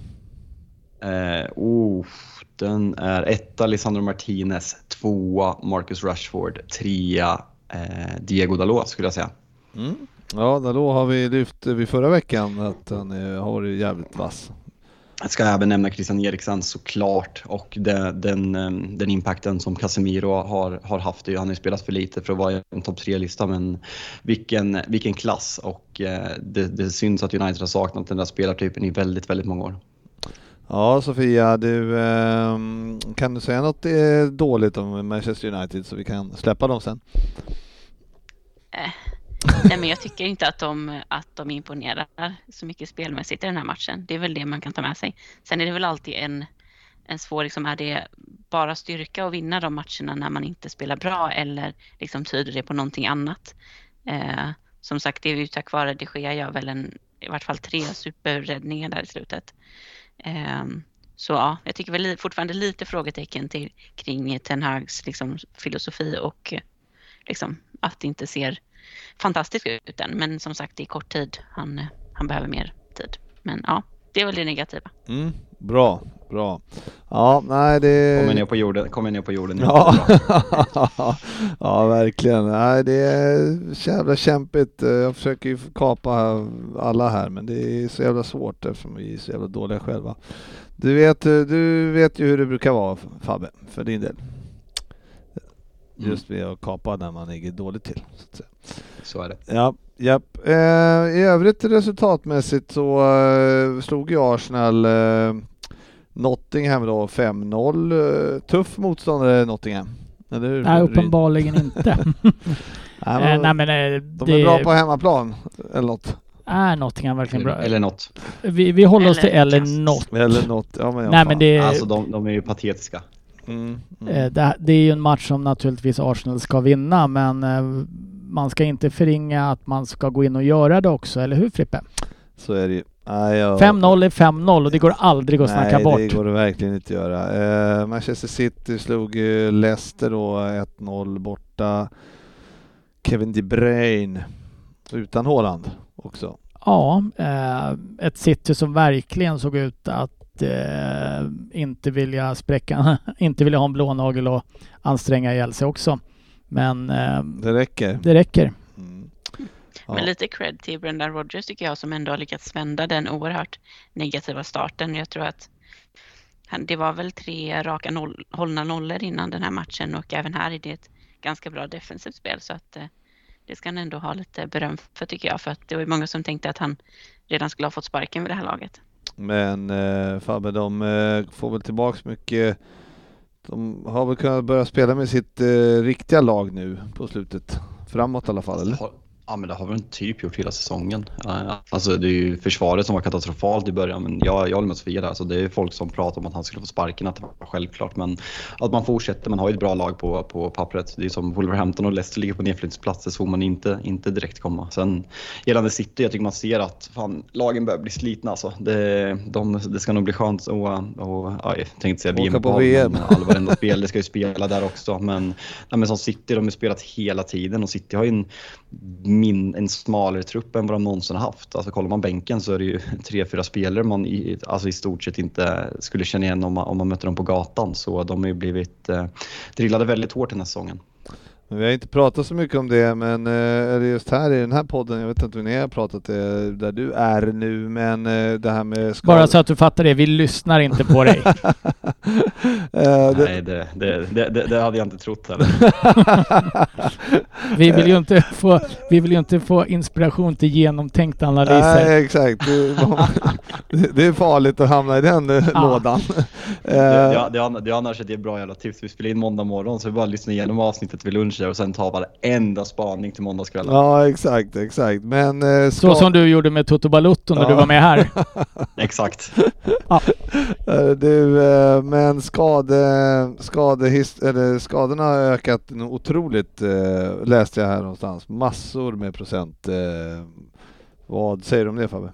Eh, oh, den är etta Lisandro Martinez, tvåa Marcus Rashford, trea eh, Diego Dalot skulle jag säga. Mm. Ja, Dalot har vi lyft vid förra veckan att han är, har varit jävligt vass. Jag ska även nämna Christian Eriksen såklart, och det, den, den impacten som Casemiro har, har haft. Han har ju spelat för lite för att vara en topp tre-lista, men vilken, vilken klass, och det, det syns att United har saknat den där spelartypen i väldigt, väldigt många år. Ja, Sofia, du, kan du säga något dåligt om Manchester United så vi kan släppa dem sen? Äh. Nej, men jag tycker inte att de, att de imponerar så mycket spelmässigt i den här matchen. Det är väl det man kan ta med sig. Sen är det väl alltid en, en svår, liksom, är det bara styrka att vinna de matcherna när man inte spelar bra, eller liksom tyder det på någonting annat? Eh, som sagt, det är ju tack vare De Gea gör väl en, i vart fall tre superräddningar där i slutet. Eh, så ja, jag tycker väl fortfarande lite frågetecken till, kring Ten Hags liksom, filosofi, och liksom, att det inte ser fantastiskt ut än, men som sagt, det är kort tid. Han, han behöver mer tid. Men ja, det är väl det negativa. Mm, bra, bra. Ja, nej det... Kommer ner på jorden, kommer ner på jorden. Ja, ja verkligen. Nej, det är så jävla kämpigt. Jag försöker ju kapa alla här, men det är så jävla svårt eftersom vi är så jävla dåliga själva. Du vet, du vet ju hur det brukar vara, Fabbe, för din del. Just vid att kapa när man ligger dåligt till. Så att säga. Så är det. Ja, japp. Eh, I övrigt resultatmässigt så eh, slog ju Arsenal eh, Nottingham då fem noll. Eh, tuff motståndare Nottingham. Eller hur? Nej, uppenbarligen inte. Nej, men, eh, nej, men, eh, de det... är bra på hemmaplan eller något. Är Nottingham verkligen bra? Eller något. Vi, vi håller oss till eller något. Eller något. Ja, men, ja, nej, men det... Alltså de, de är ju patetiska. Mm, mm. Det, det är ju en match som naturligtvis Arsenal ska vinna, men man ska inte förringa att man ska gå in och göra det också, eller hur Frippe? Så är det ju. Ah, ja. fem noll är fem noll och det går aldrig att snacka Nej, bort. Nej, det går det verkligen inte att göra. Eh, Manchester City slog eh, Leicester då ett noll borta. Kevin De Bruyne utan Haaland också. Ja, eh, ett City som verkligen såg ut att Uh, inte vilja spräcka, inte vilja ha en blånagel och anstränga ihjäl sig också. Men uh, det räcker. Det räcker. Mm. Ja. Men lite cred till Brendan Rodgers tycker jag, som ändå har lyckats vända den oerhört negativa starten. Jag tror att han, det var väl tre raka noll, hållna nollor innan den här matchen, och även här är det ett ganska bra defensivt spel, så att uh, det ska han ändå ha lite beröm för, tycker jag, för att det var många som tänkte att han redan skulle ha fått sparken vid det här laget. Men eh, Fabbe, de eh, får väl tillbaks mycket. De har väl kunnat börja spela med sitt eh, riktiga lag nu på slutet. Framåt i alla fall, eller? Har, Ja, men det har väl typ gjort hela säsongen. Alltså det är ju försvaret som var katastrofalt i början, men jag, jag håller med Sofia där. Alltså, det är folk som pratar om att han skulle få sparken, att det var självklart. Men att man fortsätter, man har ju ett bra lag på, på pappret. Det är som Wolverhampton och Leicester ligger på nedflyttningsplatser, så får man inte, inte direkt komma. Sen gällande City, jag tycker man ser att fan, lagen börjar bli slitna. Alltså. Det, de, det ska nog bli skönt och, och ja, jag tänkte säga V M på V M. Alla varenda spel, det ska ju spela där också. Men, ja, men som City, de har spelat hela tiden och City har ju en min, en smalare trupp än vad de någonsin har haft. Alltså kollar man bänken så är det ju tre, fyra spelare man i, alltså i stort sett inte skulle känna igen om man, om man möter dem på gatan. Så de har ju blivit eh, drillade väldigt hårt den här säsongen. Vi har inte pratat så mycket om det, men är det just här i den här podden, jag vet inte hur ni har pratat det, där du är nu, men det här med skador. Bara så att du fattar det, vi lyssnar inte på dig. Nej, det, det, det, det hade jag inte trott heller. vi, vill ju inte få, vi vill ju inte få inspiration till genomtänkta analyser. Nej, exakt. Det är farligt att hamna i den ja. lådan. Det, det, det, det annars är det bra jävla tips. Vi spelar in måndag morgon, så vi bara lyssnar igenom avsnittet vid lunch och sen tar varenda spaning till måndagskvällen. Ja, exakt, exakt. Men, eh, ska... Så som du gjorde med Toto Balotto när ja. du var med här. Exakt. Ja. Du, eh, men skade, skade, eller skadorna har ökat otroligt, eh, läste jag här någonstans. Massor med procent. Eh, vad säger du om det, Fabbe?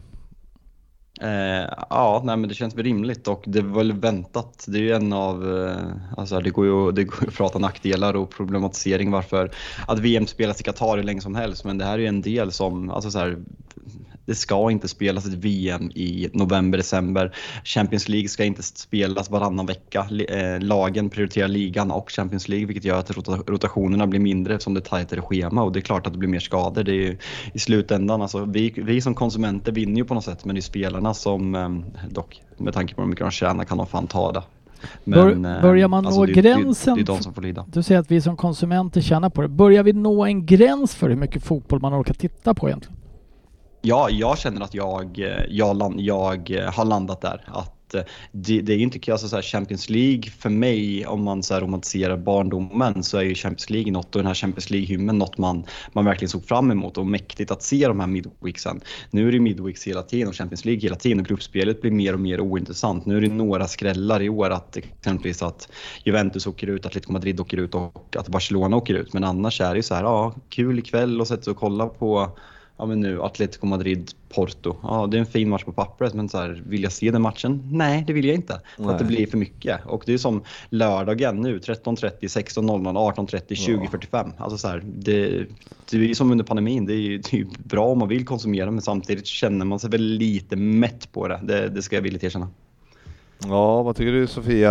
Eh, ja, nej, men det känns väl rimligt och det var väl väntat. Det är ju en av, eh, alltså det går ju det går ju att prata nackdelar och problematisering varför att V M spelas i Qatar hur länge som helst, men det här är ju en del som, alltså så här, det ska inte spelas ett V M i november, december. Champions League ska inte spelas varannan vecka. Eh, lagen prioriterar ligan och Champions League, vilket gör att rotationerna blir mindre eftersom det är tajtare schema, och det är klart att det blir mer skador. Det är ju i slutändan, alltså vi, vi som konsumenter vinner ju på något sätt, men det är spelarna som eh, dock, med tanke på hur mycket de tjänar, kan de fan ta det. Men, Bör, börjar man alltså, nå det, gränsen? Det, det är de som får lida. Du säger att vi som konsumenter tjänar på det. Börjar vi nå en gräns för hur mycket fotboll man orkar titta på egentligen? Ja, jag känner att jag, jag, jag har landat där. Att det, det är inte alltså så här Champions League för mig, om man så här romantiserar barndomen, så är ju Champions League något, och den här Champions League-hymnen något man, man verkligen såg fram emot, och mäktigt att se de här midweeksen. Nu är det midweeks hela tiden och Champions League hela tiden, och gruppspelet blir mer och mer ointressant. Nu är det några skrällar i år, att exempelvis att Juventus åker ut, Atletico Madrid åker ut och att Barcelona åker ut, men annars är det ju så här, ja, kul ikväll och sätta sig och kolla på. Ja, men nu Atletico Madrid, Porto. Ja, det är en fin match på pappret, men så här, vill jag se den matchen? Nej, det vill jag inte. För att det blir för mycket. Och det är som lördagen nu, tretton trettio, sexton noll noll, arton trettio, tjugo fyrtiofem. Alltså så här, det, det är som under pandemin. Det är ju det är bra om man vill konsumera, men samtidigt känner man sig väl lite mätt på det. Det, det ska jag villigt erkänna. Ja, vad tycker du, Sofia?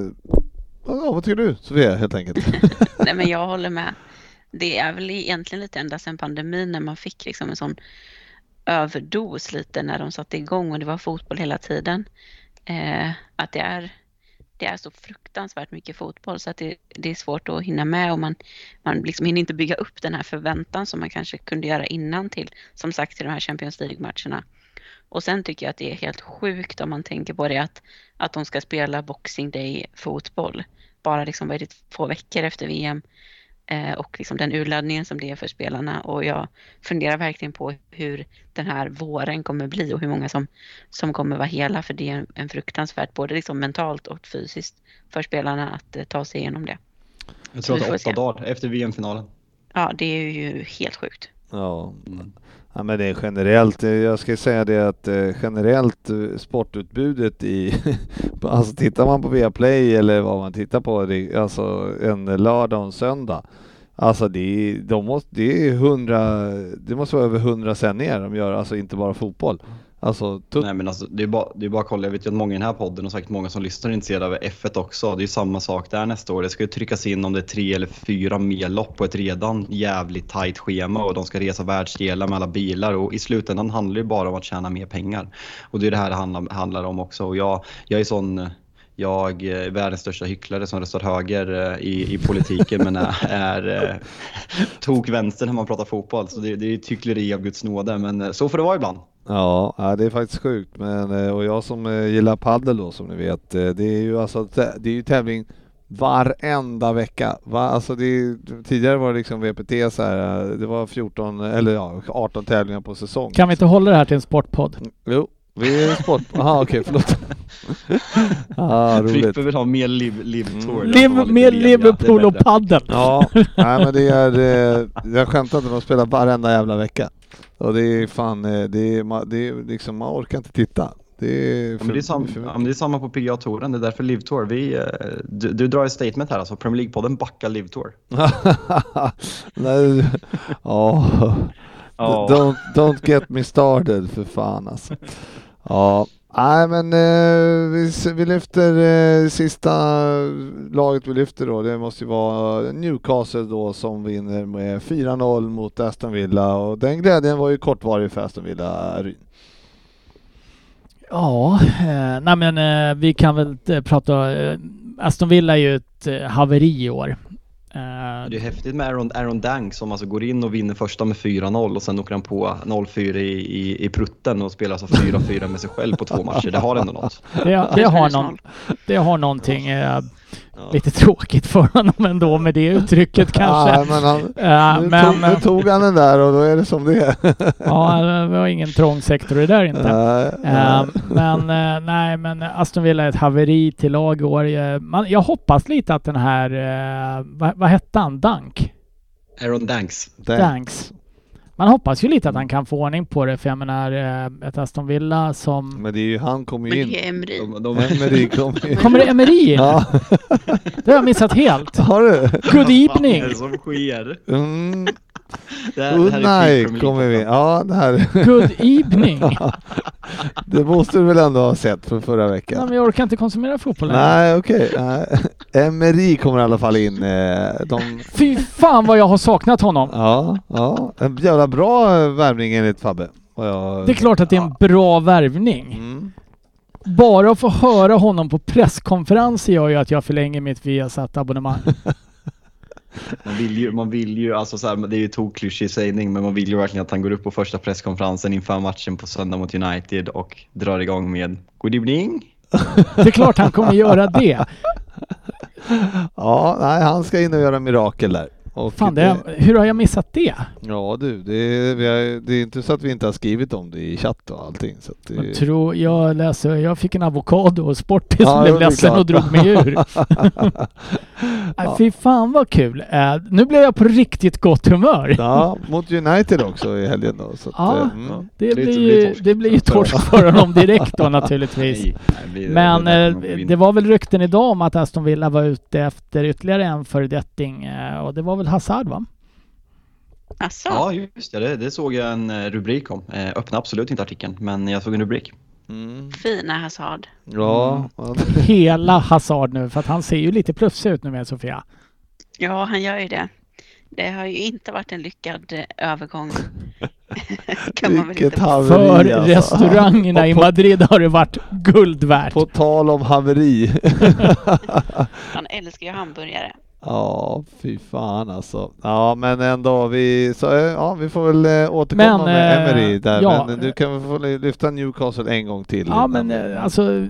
Ja, vad tycker du, Sofia, helt enkelt? Nej, men jag håller med. Det är väl egentligen lite ända sedan pandemin, när man fick liksom en sån överdos lite när de satte igång och det var fotboll hela tiden. Eh, att det är, det är så fruktansvärt mycket fotboll, så att det, det är svårt att hinna med, och man, man liksom hinner inte bygga upp den här förväntan som man kanske kunde göra innan till, som sagt, till de här Champions League-matcherna. Och sen tycker jag att det är helt sjukt om man tänker på det, att, att de ska spela Boxing Day-fotboll bara liksom, vad är det, två veckor efter V M. Och liksom den urladdningen som det är för spelarna, och jag funderar verkligen på hur den här våren kommer bli och hur många som, som kommer vara hela, för det är en fruktansvärt både liksom mentalt och fysiskt för spelarna att uh, ta sig igenom det. Jag tror att det är åtta dagar efter V M-finalen. Ja, det är ju helt sjukt. Ja. Mm. Ja, men det är generellt, jag ska säga det att generellt sportutbudet i, alltså tittar man på Viaplay eller vad man tittar på, det, alltså en lördag och en söndag, alltså det, de måste, det är hundra, det måste vara över hundra sändningar de gör, alltså inte bara fotboll. Alltså, tut- Nej, men alltså, det är bara, det är bara att kolla. Jag vet ju att många i den här podden och säkert många som lyssnar är intresserade av F ett också. Det är ju samma sak där nästa år. Det ska ju tryckas in om det är tre eller fyra medlopp på ett redan jävligt tajt schema, och de ska resa världsdelar med alla bilar, och i slutändan handlar det ju bara om att tjäna mer pengar. Och det är det här det handlar, handlar om också. Och jag, jag är sån... Jag är världens största hycklare som röstar höger i, i politiken, men är, är tok vänster när man pratar fotboll. Så det, det är ju hyckleri av Guds nåde, men så får det vara ibland. Ja, det är faktiskt sjukt. Men, och jag som gillar paddel då, som ni vet, det är ju alltså, det är ju tävling varenda vecka. Va? Alltså det, tidigare var det liksom V P T så här, det var fjorton eller ja, arton tävlingar på säsong. Kan vi inte hålla det här till en sportpodd? Jo, vi är sport. Aha, okej, okay, förlåt. Ah, roligt. Frippe vill ha mer liv, liv tour. Liv, mer Liverpool och paddel. Ja, nej, men det är jag skämtar inte, de spelar varenda jävla vecka. Och det är fan det är, det är liksom, man orkar inte titta. Det är, för, ja, men det, är samma, ja, men det är samma på P G A-touren, det är därför Live Tour. Vi, du, du drar ett statement här, alltså Premier League-podden backar Live Tour. Nej, oh. oh. don't, don't get me started för fan alltså. Ja, nej men eh, vi, vi lyfter eh, sista laget vi lyfter då, det måste ju vara Newcastle då som vinner med fyra noll mot Aston Villa, och den glädjen var ju kortvarig för Aston Villa. Ja, eh, nej men eh, vi kan väl eh, prata, eh, Aston Villa är ju ett eh, haveri i år. Eh, det är häftigt med Aaron, Aaron Dank som alltså går in och vinner första med fyra noll och sen åker han på noll fyra i, i, i prutten och spelar alltså fyra fyra med sig själv på två matcher. Det har ändå något. Det, det, har, någon, det har någonting eh, ja. lite tråkigt för honom ändå med det uttrycket kanske. Ja, men han, uh, nu, men, tog, nu tog han den där och då är det som det är. Ja, det var ingen trång sektor det där inte. Uh, uh, men uh, nej, men Aston Villa är ett haveri till lag i år. Man, jag hoppas lite att den här, uh, vad, vad hette han? Dank? Aaron Danks. Danks. Man hoppas ju lite att han kan få ordning på det, för jag menar ett Aston Villa som... Men det är ju, han kommer ju in. Men det är Emery. De, de... Emery kommer in. Kommer det Emery? Ja. Det har jag missat helt. Har du? Good evening. Vad är det som sker? Mm. Det här, det här nej, kommer vi. Ja, det här. Good evening. Det måste du väl ändå ha sett för förra veckan. Nej, men jag orkar inte konsumera fotboll. Nej, okej. Okay. Emery kommer i alla fall in. De... Fy fan vad jag har saknat honom. Ja, ja. En jävla bra värvning enligt Fabbe. Jag... Det är klart att det är en bra värvning. Mm. Bara att få höra honom på presskonferenser gör ju att jag förlänger mitt Viasat-abonnemang. Man vill ju, man vill ju alltså så här, det är ju toklyschig sägning, men man vill ju verkligen att han går upp på första presskonferensen inför matchen på söndag mot United och drar igång med good evening. Det är klart han kommer göra det. Ja, nej, han ska in och göra mirakel där. Och fan, det, hur har jag missat det? Ja du, det, vi har, det är inte så att vi inte har skrivit om det i chatt och allting. Så att det... jag tror jag läser, jag fick en avokado och Sportis ja, blev ledsen och drog mig ur. Ja. Fy fan vad kul. Äh, nu blev jag på riktigt gott humör. Ja, mot United också i helgen då. Så ja, att, mm. det, blir ju, det blir ju torsk för honom direkt då naturligtvis. Nej, nej, men det, det, det var väl rykten idag om att Aston Villa var ute efter ytterligare en fördetting, och det var väl Hazard, va? Asså? Ja, just det. Det såg jag en rubrik om. Eh, öppna absolut inte artikeln, men jag såg en rubrik. Mm. Fina Hazard. Ja. Mm. Hela Hazard nu, för att han ser ju lite plussig ut nu med Sofia. Ja, han gör ju det. Det har ju inte varit en lyckad övergång. Kan man väl inte haveri, för alltså. Restaurangerna i Madrid har det varit guld värt. På tal om haveri. Han älskar ju hamburgare. Ja, fy fan alltså. Ja, men ändå vi så ja, vi får väl äh, återkomma men, med äh, Emery där, ja, men du kan få lyfta Newcastle en gång till. Ja, men äh, alltså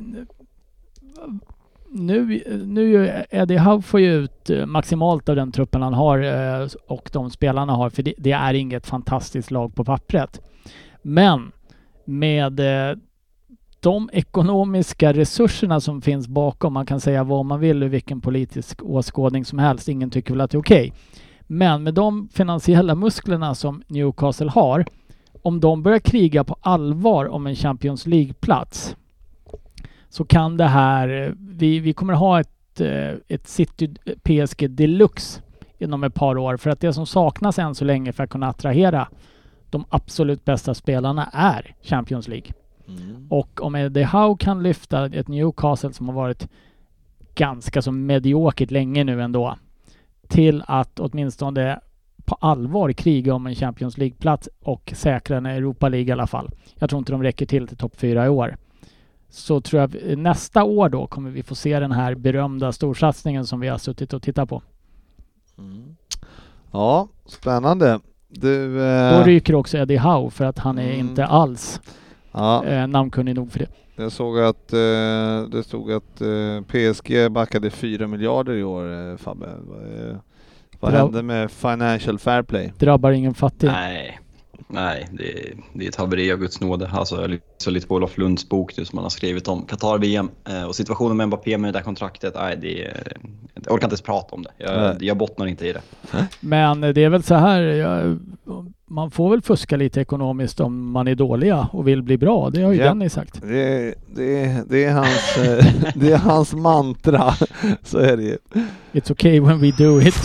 nu nu Eddie Howe får ju ut maximalt av den truppen han har äh, och de spelarna har, för det, det är inget fantastiskt lag på pappret. Men med äh, de ekonomiska resurserna som finns bakom, man kan säga vad man vill ur vilken politisk åskådning som helst, ingen tycker väl att det är okej. Men med de finansiella musklerna som Newcastle har, om de börjar kriga på allvar om en Champions League-plats, så kan det här, vi, vi kommer ha ett, ett City P S G Deluxe inom ett par år, för att det som saknas än så länge för att kunna attrahera de absolut bästa spelarna är Champions League. Mm. Och om Eddie Howe kan lyfta ett Newcastle som har varit ganska så mediokert länge nu ändå, till att åtminstone på allvar kriga om en Champions League-plats och säkra en Europa League i alla fall. Jag tror inte de räcker till till topp fyra i år. Så tror jag nästa år då kommer vi få se den här berömda storsatsningen som vi har suttit och tittat på. Mm. Ja, spännande. Du, eh... Då ryker också Eddie Howe för att han är mm. inte alls ja. eh, namnkunnig nog för det. Jag såg att eh, det stod att eh, P S G backade fyra miljarder i år, eh, Fabbe. Eh, vad Drab- hände med Financial Fair Play? Drabbar ingen fattig. Nej, nej det, det är ett haveri av Guds nåde. Alltså, jag läser lite på Olof Lunds bok nu, som han har skrivit om Qatar-V M. Eh, och situationen med Mbappé med det där kontraktet, nej, det, jag orkar inte ens prata om det. Jag, jag bottnar inte i det. Men det är väl så här, jag, man får väl fuska lite ekonomiskt om man är dåliga och vill bli bra. Det har ju Dennis ja, sagt. Det, det, det, är hans, det är hans mantra. Så är det ju. It's okay when we do it.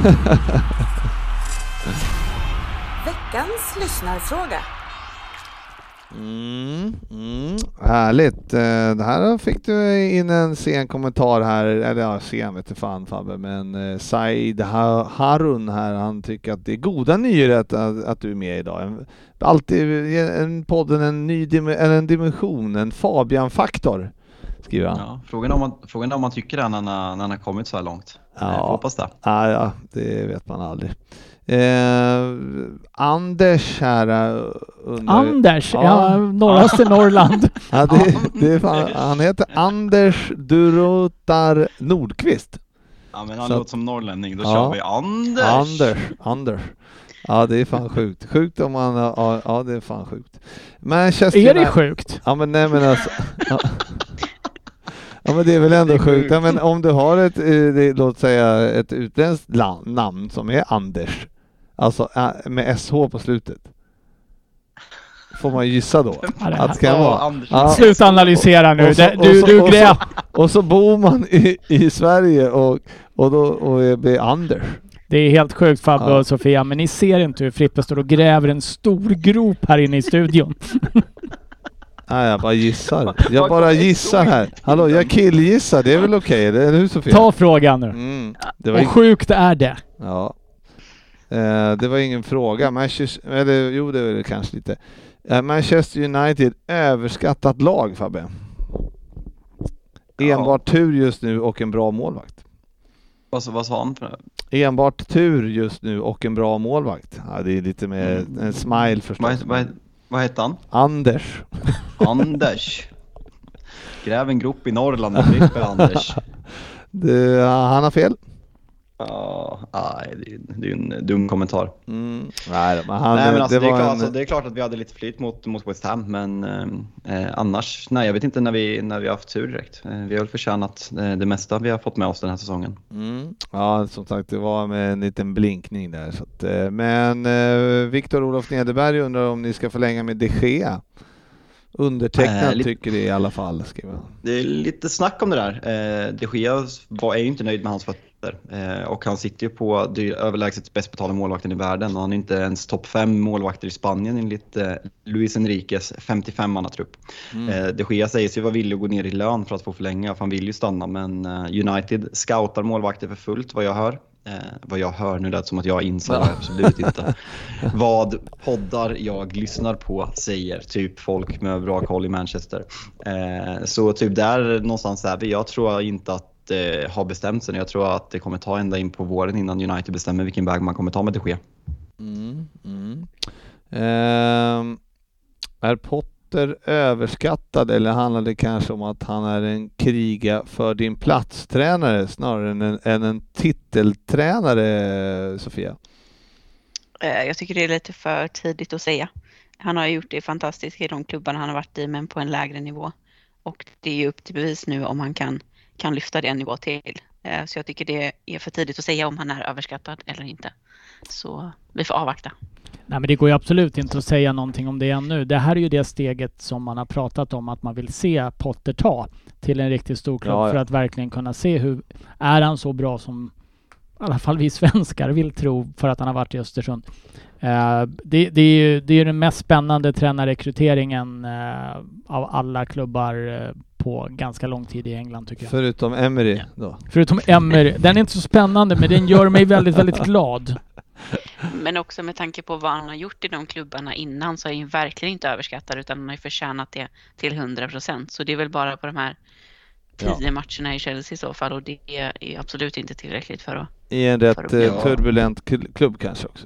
Veckans lyssnarfråga. Mm, mm, härligt. Det här fick du in en sen kommentar här, eller ja, sen vet du fan Fabbe, men Said Harun här, han tycker att det är goda nyheter att, att du är med idag. Alltid en podden en ny dim- en dimension, en Fabian-faktor, skriver han. Ja, frågan om man, frågan om man tycker det när, när han har kommit så här långt. Ja, jag hoppas det. Ja, ja, det vet man aldrig. Eh, Anders här undrar, Anders, ja, ja norraste Norrland. Ja, det, det är fan, han heter Anders Durotar Nordqvist. Ja, men han låter som norrlänning, då ja, kör vi Anders. Anders, Anders. Ja, det är fan sjukt. Sjukt om man, ja, ja det är fan sjukt. Manchester är det sjukt? Ja, men nej men alltså. Ja. Ja, men det är väl ändå sjukt. Ja, men om du har ett, det, låt säga ett utländskt namn som är Anders, alltså med S H på slutet, får man gissa då att det kan vara. Ja. Sluta analysera nu. Och så, du, du, du och, så, och så bor man i, i Sverige och, och då och blir Anders. Det är helt sjukt Fabbe ja. och Sofia, men ni ser inte hur Frippe står och gräver en stor grop här inne i studion. Nej, jag bara gissar. Jag bara gissar här. Hallå, jag killgissar. Det är väl okej, okay, eller hur Sofia? Ta frågan nu. Mm, det var och sjukt är det. Ja. Eh, det var ingen fråga. Manchester, eller jo, det är det kanske lite. Eh, Manchester United, överskattat lag, Fabbe. Ja. Enbart tur just nu och en bra målvakt. Vad, vad sa han? Enbart tur just nu och en bra målvakt. Ja, det är lite med mm. en smile förstås. Vad, vad, vad heter han? Anders. Anders. Gräv en grop i Norrland och flipper Anders. Det, han har fel. Ja, nej, det, det är en dum kommentar. Mm. Nej, men, han, nej, men alltså, det, det, är klart, en... alltså, det är klart att vi hade lite flyt mot, mot West Ham, men eh, annars, nej, jag vet inte när vi, när vi har haft tur direkt. Eh, vi har väl förtjänat eh, det mesta vi har fått med oss den här säsongen. Mm. Ja, som sagt, det var med en liten blinkning där. Så att, eh, men eh, Viktor Olof Nederberg undrar om ni ska förlänga med De Gea. Undertecknat äh, lite, tycker det i alla fall. Skriva. Det är lite snack om det där. Eh, De Gea var, är ju inte nöjd med hans fötter. Eh, och han sitter ju på det överlägset bäst betalda målvakten i världen. Och han är inte ens topp fem målvakter i Spanien enligt eh, Luis Enriques femtiofem-mannatrupp. Mm. Eh, De Gea säger sig vara villig att gå ner i lön för att få förlänga. För han vill ju stanna. Men eh, United scoutar målvakter för fullt vad jag hör. Eh, vad jag hör nu, det är som att jag inser ja. absolut inte. Vad poddar jag lyssnar på säger typ folk med bra koll i Manchester. Eh, så typ där någonstans är vi. Jag tror inte att det har bestämt sig. Jag tror att det kommer ta ända in på våren innan United bestämmer vilken väg man kommer ta med De Gea. Mm, mm. Eh, är Potter överskattad eller handlar det kanske om att han är en kriga för din platstränare snarare än en, än en titeltränare, Sofia? Jag tycker det är lite för tidigt att säga. Han har gjort det fantastiskt i de klubbarna han har varit i, men på en lägre nivå. Och det är ju upp till bevis nu om han kan, kan lyfta det en nivå till. Så jag tycker det är för tidigt att säga om han är överskattad eller inte. Så vi får avvakta. Nej, men det går ju absolut inte att säga någonting om det ännu. Det här är ju det steget som man har pratat om att man vill se Potter ta till en riktigt stor klubb ja, ja. för att verkligen kunna se hur är han så bra som i alla fall vi svenskar vill tro för att han har varit i Östersund. Uh, det, det är ju det är den mest spännande tränarrekryteringen uh, av alla klubbar uh, på ganska lång tid i England tycker jag. Förutom Emery då? Förutom Emery. Den är inte så spännande men den gör mig väldigt, väldigt glad. Men också med tanke på vad han har gjort i de klubbarna innan så är han verkligen inte överskattad utan han har ju förtjänat det till hundra procent. Så det är väl bara på de här tio ja. matcherna i Chelsea i så fall och det är absolut inte tillräckligt för att... I en rätt turbulent klubb kanske också.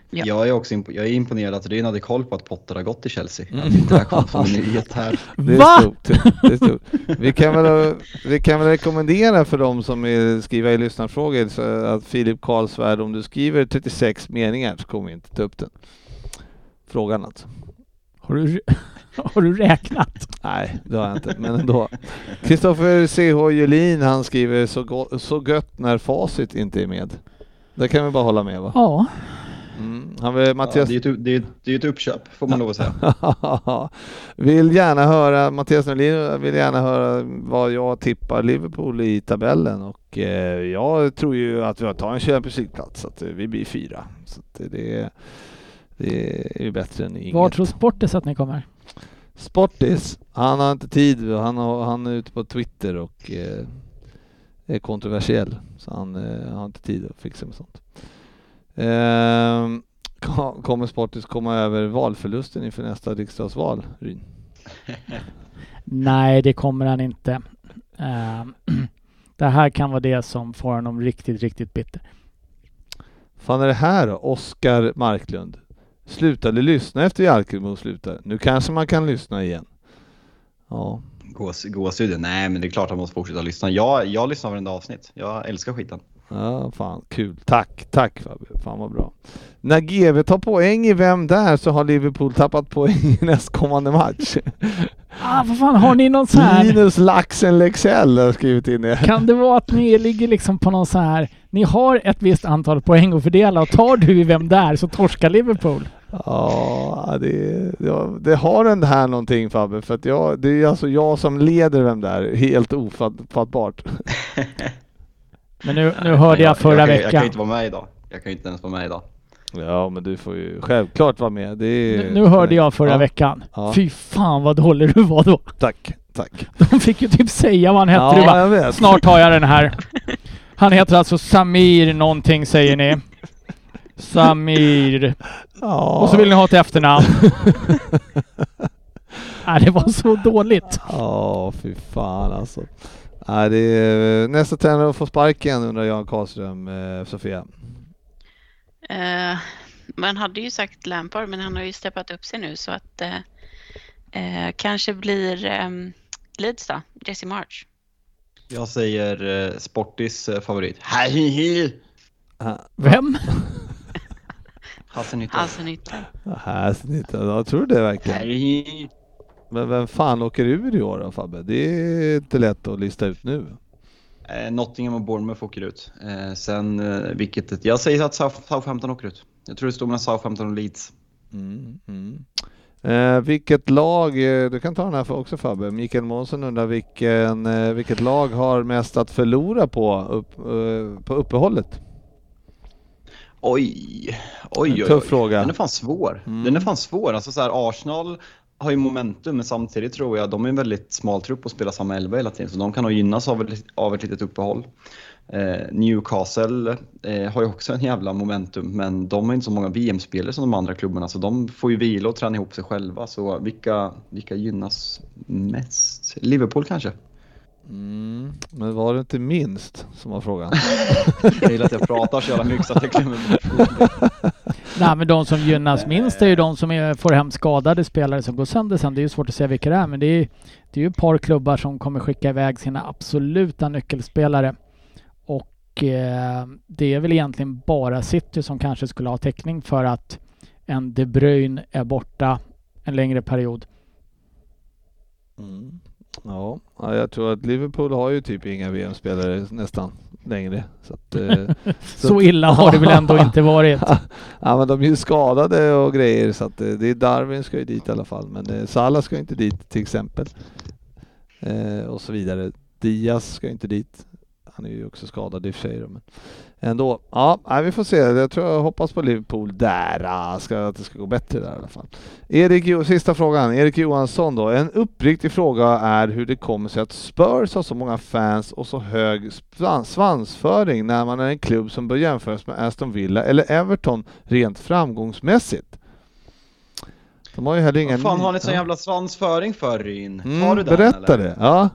Ja. Jag är också imp- jag är imponerad att Ryn hade koll på att Potter har gått till Chelsea. Mm. Det här kom som en nyhet här. Det är Va? stort. Det är stort. Vi, kan väl, vi kan väl rekommendera för dem som är, skriver i lyssnarfrågor så att Filip Karlsvärd, om du skriver trettiosex meningar så kommer vi inte ta upp den. Frågan alltså. Har du, har du räknat? Nej, det har jag inte, men ändå. Kristoffer C H Julin, han skriver så, go- så gött när facit inte är med. Det kan vi bara hålla med, va? Ja. Mm. Han vill, Mattias... ja, det är ett, det är, det är ett uppköp, får man lov att säga. Vill gärna höra, Mattias Norlin vill gärna höra vad jag tippar Liverpool i tabellen, och eh, jag tror ju att vi tar en Champions League-plats, så att vi blir fyra. Så att det, det är ju bättre än inget. Var tror Sportis att ni kommer? Sportis, han har inte tid, han, har, han är ute på Twitter och eh, är kontroversiell, så han eh, har inte tid att fixa med sånt. Eh, kommer Sportis komma över valförlusten inför nästa riksdagsval, Ryn? Nej, det kommer han inte. Eh, det här kan vara det som får honom riktigt, riktigt bitter. Fan är det här då? Oskar Marklund. Slutade lyssna efter Jalkemo slutar. Nu kanske man kan lyssna igen. Ja. Gås, gåsudden. Nej, men det är klart att man måste fortsätta lyssna. Jag, jag lyssnar varenda avsnitt. Jag älskar skiten. Ja, fan, kul. Tack, tack Fabio. Fan vad bra. När G V tar poäng i Vem där, så har Liverpool tappat poäng i nästkommande match. Ah, vad fan, har ni någon så här... Linus Laxen Lexell har skrivit in det. Kan det vara att ni ligger liksom på någon så här... Ni har ett visst antal poäng att fördela, och tar du i Vem där så torskar Liverpool. Ja, det, ja, det har den här någonting, Fabbe, för att jag, det är alltså jag som leder Vem där, helt ofattbart. Men nu, nu hörde jag förra jag, jag, veckan. Jag kan inte vara med idag. Jag kan inte ens vara med idag. Ja, men du får ju självklart vara med. Det är, nu, nu hörde jag förra ja. veckan. Ja. Fy fan vad dålig du var då. Tack, tack. De fick ju typ säga vad han hette. Ja, du bara, jag vet. Snart har jag den här. Han heter alltså Samir någonting, säger ni. Samir. Ja. Och så vill ni ha ett efternamn. Nej, det var så dåligt. Ja, fy fan alltså. Nej, det är nästa tränare att få sparken, undrar Jan Karlström, eh, Sofia. Uh, man hade ju sagt Lampard, men han har ju steppat upp sig nu, så att uh, uh, kanske blir um, Leeds då, Jesse March. Jag säger uh, Sportis uh, favorit. Hej! Vem? Hassenytta. Hassenytta. Hassenytta, jag tror det verkligen. Hej! Men vem fan åker ur i år då, Fabbe? Det är inte lätt att lista ut nu. Eh, Nottingham och Bournemouth åker ut. Eh, sen, eh, vilket, jag säger att Southampton åker ut. Jag tror det står mellan Southampton och Leeds. Mm, mm. Eh, vilket lag, eh, du kan ta den här för också, Fabbe. Mikael Månsson undrar vilken, eh, vilket lag har mest att förlora på, upp, eh, på uppehållet? Oj, oj, oj, tuff oj. fråga. Den är fan svår. Mm. Den är fan svår. Alltså så här, Arsenal har ju momentum, men samtidigt tror jag de är en väldigt smal trupp och spelar samma elva hela tiden, så de kan nog gynnas av ett, av ett litet uppehåll. Eh, Newcastle eh, har ju också en jävla momentum, men de har inte så många V M-spelare som de andra klubbarna, så de får ju vila och träna ihop sig själva. Så vilka, vilka gynnas mest? Liverpool kanske? Mm, men var det inte minst som var frågan? Jag gillar att jag pratar så jävla mycket så att jag glömmer bort. Nej, men de som gynnas minst är ju de som är, får hem skadade spelare som går sönder sen. Det är ju svårt att säga vilka det är, men det är, det är ju ett par klubbar som kommer skicka iväg sina absoluta nyckelspelare. Och eh, det är väl egentligen bara City som kanske skulle ha täckning för att en De Bruyne är borta en längre period. Mm. Ja, jag tror att Liverpool har ju typ inga V M-spelare nästan längre. Så, att, eh, så, så illa har det väl ändå inte varit. Ja, men de är ju skadade och grejer, så att eh, det är Darwin ska ju dit i alla fall. Men eh, Salah ska inte dit till exempel. Eh, och så vidare. Diaz ska inte dit. Han är ju också skadad i och för sig. Men ändå, ja, nej, vi får se. Jag tror jag hoppas på Liverpool där. Ska, att det ska gå bättre där i alla fall. Erik, sista frågan. Erik Johansson då. En uppriktig fråga är hur det kommer sig att Spurs har så många fans och så hög svansföring när man är en klubb som bör jämföras med Aston Villa eller Everton rent framgångsmässigt. De har ju heller ingen... Vad fan har ni så jävla svansföring för, Ryn? Mm, har du den, berätta eller? Det, ja.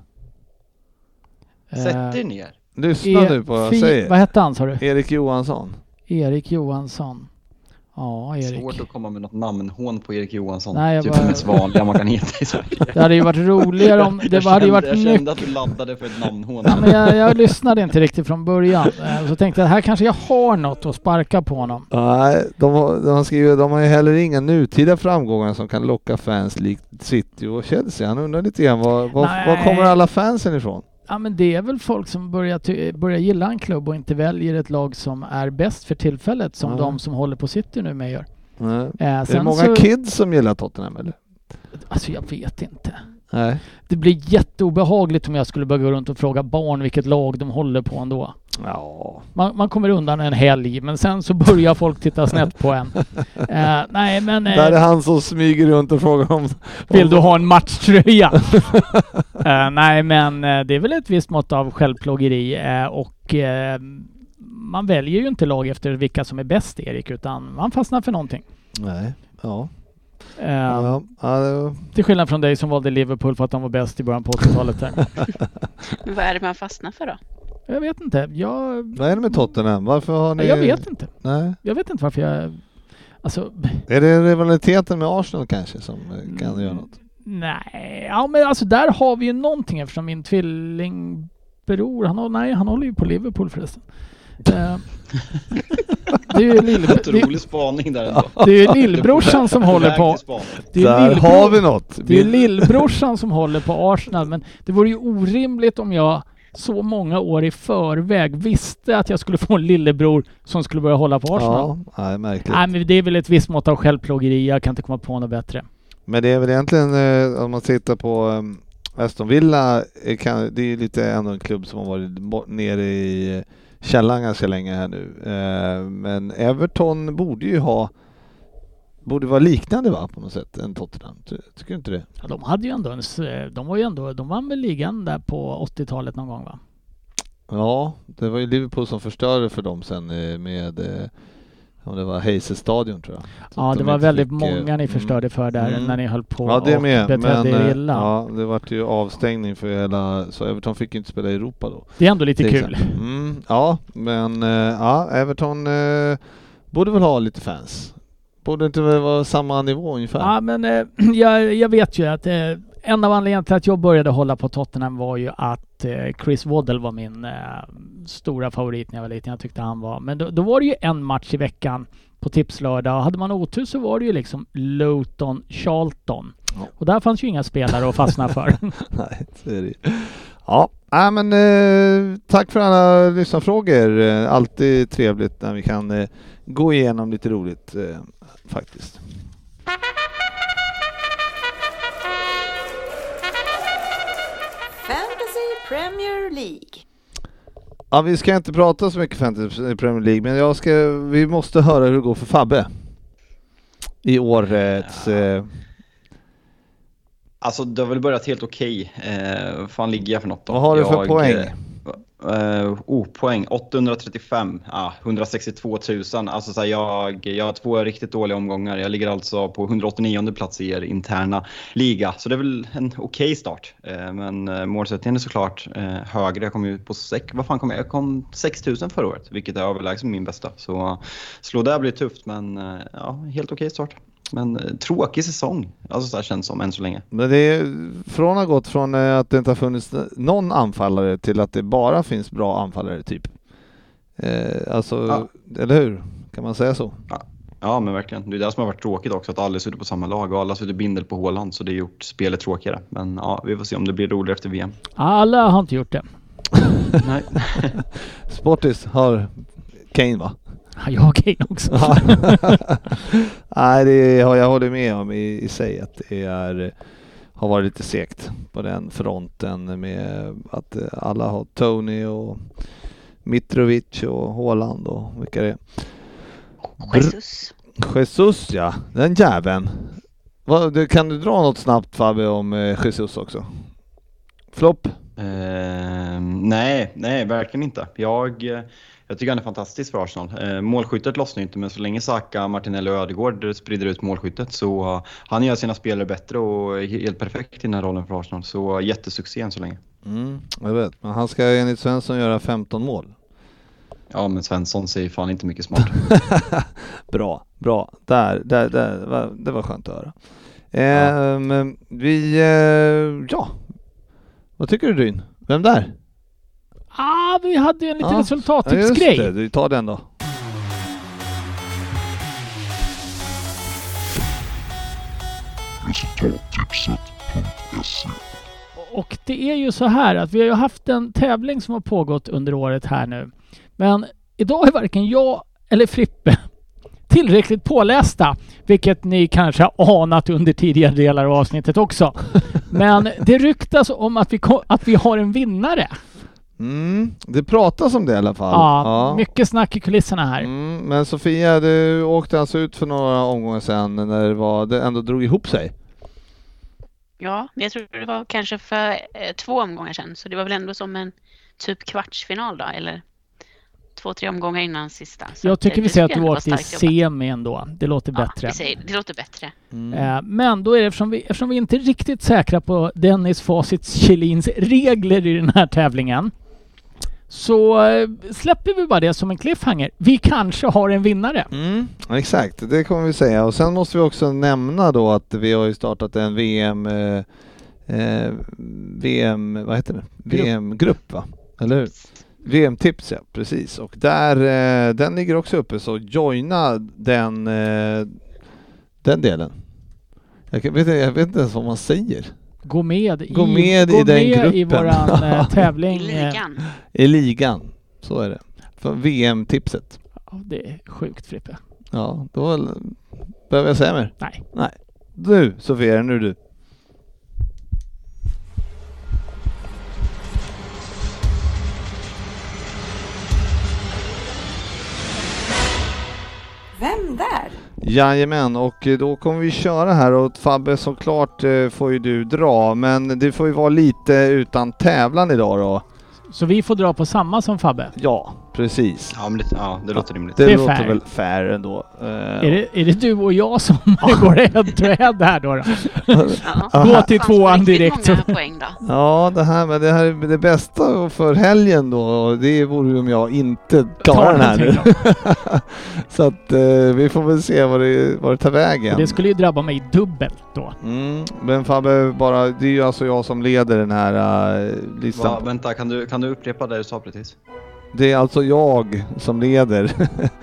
Sätt er ner. Lyssna e- nu på vad jag säger. Vad hette han, sa du? Erik Johansson. Erik Johansson. Ja, Erik. Svårt att komma med något namnhån på Erik Johansson. Nej, jag typ bara... det mest vanliga man kan heta i Sverige. Det hade ju varit roligare om... Det jag hade ju varit jag kände mycket... att du laddade för ett namnhån. Ja, men jag, jag lyssnade inte riktigt från början. Så tänkte jag, här kanske jag har något att sparka på honom. Nej, de har, de har skrivit, de har ju heller inga nutida framgångar som kan locka fans likt City och Chelsea. Han undrar lite grann, var, var, var kommer alla fansen ifrån? Ja, men det är väl folk som börjar, ty- börjar gilla en klubb och inte väljer ett lag som är bäst för tillfället, som mm. de som håller på City nu med gör. Mm. Eh, är det många så, kids som gillar Tottenham eller? Alltså jag vet inte. Nej. Det blir jätteobehagligt om jag skulle börja gå runt och fråga barn vilket lag de håller på ändå. Ja. Man, man kommer undan en helg, men sen så börjar folk titta snett på en. Uh, nej, men... Uh, Där är han som smyger runt och frågar om... Vill du ha en matchtröja? uh, nej, men uh, det är väl ett visst mått av självplågeri uh, och uh, man väljer ju inte lag efter vilka som är bäst, Erik, utan man fastnar för någonting. Nej, ja. Uh, ja, ja det... Till skillnad från dig som valde Liverpool för att de var bäst i början på åttiotalet där. Men vad är det man fastnar för då? Jag vet inte. Jag... Vad är det med Tottenham? Varför har ni... Jag vet inte. Nej. Jag vet inte varför jag... Alltså... Är det rivaliteten med Arsenal kanske som kan mm. göra något? Nej, ja men alltså där har vi ju någonting eftersom min tvillingbror, han, har, nej, han håller ju på Liverpool förresten. uh, det är ju lill... Otrolig spaning där ändå. Det är ju lillbrorsan som håller på... Det är där lillbror... har vi något. Det är ju lillbrorsan som håller på Arsenal, men det vore ju orimligt om jag så många år i förväg visste att jag skulle få en lillebror som skulle börja hålla på Arsenal. Ja, nej, märkligt. Nej, men det är väl ett visst mått av självplågeri. Jag kan inte komma på något bättre. Men det är väl egentligen, eh, om man tittar på eh, Aston Villa, eh, kan, det är lite ändå en klubb som har varit nere i eh, källan ganska länge här nu. Eh, men Everton borde ju ha borde vara liknande, va, på något sätt än Tottenham. Ty, tycker du inte det? Ja, de hade ju ändå en, de var ju ändå, de vann väl ligan där på åttiotalet någon gång, va? Ja, det var ju Liverpool som förstörde för dem sen med, om det var Hayes stadion, tror jag. Så ja, det de var väldigt fick, många ni förstörde för där mm. när ni höll på, ja, det och med, betedde men, illa. Ja, det var ju avstängning för hela, så Everton fick ju inte spela i Europa då. Det är ändå lite kul. Mm, ja, men ja, Everton eh, borde väl ha lite fans. Borde inte väl vara samma nivå ungefär? Ja, men eh, jag, jag vet ju att eh, en av anledningarna till att jag började hålla på Tottenham var ju att eh, Chris Waddle var min eh, stora favorit när jag var liten. Jag tyckte han var. Men då, då var det ju en match i veckan på tipslördag. Och hade man otur så var det ju liksom Luton Charlton. Ja. Och där fanns ju inga spelare att fastna för. Nej, det är det. Ja, äh, men eh, tack för alla lyssnarfrågor. Eh, alltid trevligt när vi kan eh, gå igenom lite roligt eh, faktiskt. Fantasy Premier League. Ja, vi ska inte prata så mycket Fantasy Premier League, men jag ska, vi måste höra hur det går för Fabbe i årets... Eh, Alltså det har väl börjat helt okej. Eh, vad fan ligger jag för något då? Vad har du för jag, poäng? Eh, oh, poäng. åttahundratrettiofem. Ah, hundrasextiotvåtusen. Alltså så här, jag, jag har två riktigt dåliga omgångar. Jag ligger alltså på hundraåttionionde plats i er interna liga. Så det är väl en okej start. Eh, men eh, målsättningen är såklart eh, högre. Jag kom ju på sex. Vad fan kom jag? Jag kom sex tusen förra året. Vilket är överlägset min bästa. Så slå där blir tufft. Men eh, ja, helt okej start. Men eh, tråkig säsong. Alltså så här känns som än så länge. Men det är från har gått från eh, att det inte har funnits någon anfallare till att det bara finns bra anfallare typ. Eh, alltså, ja. Eller hur? Kan man säga så? Ja. Ja, men verkligen. Det är det som har varit tråkigt också. Att alla sitter på samma lag och alla sitter bindel på Håland. Så det har gjort spelet tråkigare. Men ja, vi får se om det blir roligare efter V M. Alla har inte gjort det. Nej. Sportis har Kane, va? Ja, jag har Kane också. Nej, det har jag håller med om i, i sig att det är, har varit lite segt på den fronten med att alla har Tony och Mitrovic och Håland och vilka det är. Jesus. Jesus, ja. Den jäveln. Vad, kan du dra något snabbt, Fabbe, om Jesus också? Flopp? Uh, nej, nej, verkligen inte. Jag... Jag tycker han är fantastisk för Arsenal. Eh, målskyttet lossnar inte, men så länge Saka, Martinelli och Ödegård sprider ut målskyttet så uh, han gör sina spelare bättre och är helt perfekt i den här rollen för Arsenal. Så uh, jättesuccé än så länge. Mm, jag vet. Men han ska enligt Svensson göra femton mål. Ja, men Svensson säger fan inte mycket smart. Bra, bra. Där, där, där, det var, det var skönt att höra. Eh, ja. Vi, eh, ja. Vad tycker du, Ryn? Vem där? Ah, vi hade ju en liten ja. resultattipsgrej. Ja, vi tar den då. Resultattipset punkt se. Och det är ju så här att vi har ju haft en tävling som har pågått under året här nu. Men idag är varken jag eller Frippe tillräckligt pålästa, vilket ni kanske har anat under tidigare delar av avsnittet också. Men det ryktas om att vi, att vi har en vinnare. Mm, det pratas om det i alla fall. Ja, ja. Mycket snack i kulisserna här. Mm, men Sofia, du åkte alltså ut för några omgångar sedan när det, var, det ändå drog ihop sig. Ja, men jag tror det var kanske för eh, två omgångar sedan. Så det var väl ändå som en typ kvartsfinal då, eller två, tre omgångar innan sista. Så jag tycker det, vi säger att du åkte i semi ändå. Det låter ja, bättre. Vi säger, det låter bättre. Mm. Eh, men då är det eftersom vi, eftersom vi inte är riktigt säkra på Dennis Facits Kjellins regler i den här tävlingen, så eh, släpper vi bara det som en cliffhanger. Vi kanske har en vinnare. Mm, exakt, det kommer vi säga. Och sen måste vi också nämna då att vi har ju startat en V M eh, eh, V M, vad heter det? V M-grupp, va? Eller hur? V M-tips, ja, precis. Och där, eh, den ligger också uppe, så joina den, eh, den delen. Jag vet, jag vet inte ens vad man säger. Gå med, gå i, med gå i den med gruppen. I våran eh, tävling. I ligan. I ligan, så är det. För V M-tipset. Ja, det är sjukt, Frippe. Ja, då behöver jag säga mer. Nej. Nej. Du, Sofia, nu är du. Vem där? Jajamän, och då kommer vi köra här och Fabbe, såklart får ju du dra, men det får ju vara lite utan tävlan idag då. Så vi får dra på samma som Fabbe? Ja, precis. Ja, men det, ja, det låter rimligt. Det, det låter fair. väl fair ändå. Uh, är, det, är det du och jag som går head to head här då? då? Ja. Gå till tvåan direkt. Många poäng då. Ja, det här, men det här är det bästa för helgen då. Det vore om jag inte tar den här nu. Så att uh, vi får väl se vad det, vad det tar vägen. Det skulle ju drabba mig dubbelt då. Mm, men Fabbe, bara, det är ju alltså jag som leder den här uh, listan. Va, vänta, kan du, kan du upprepa det du sa precis? Det är alltså jag som leder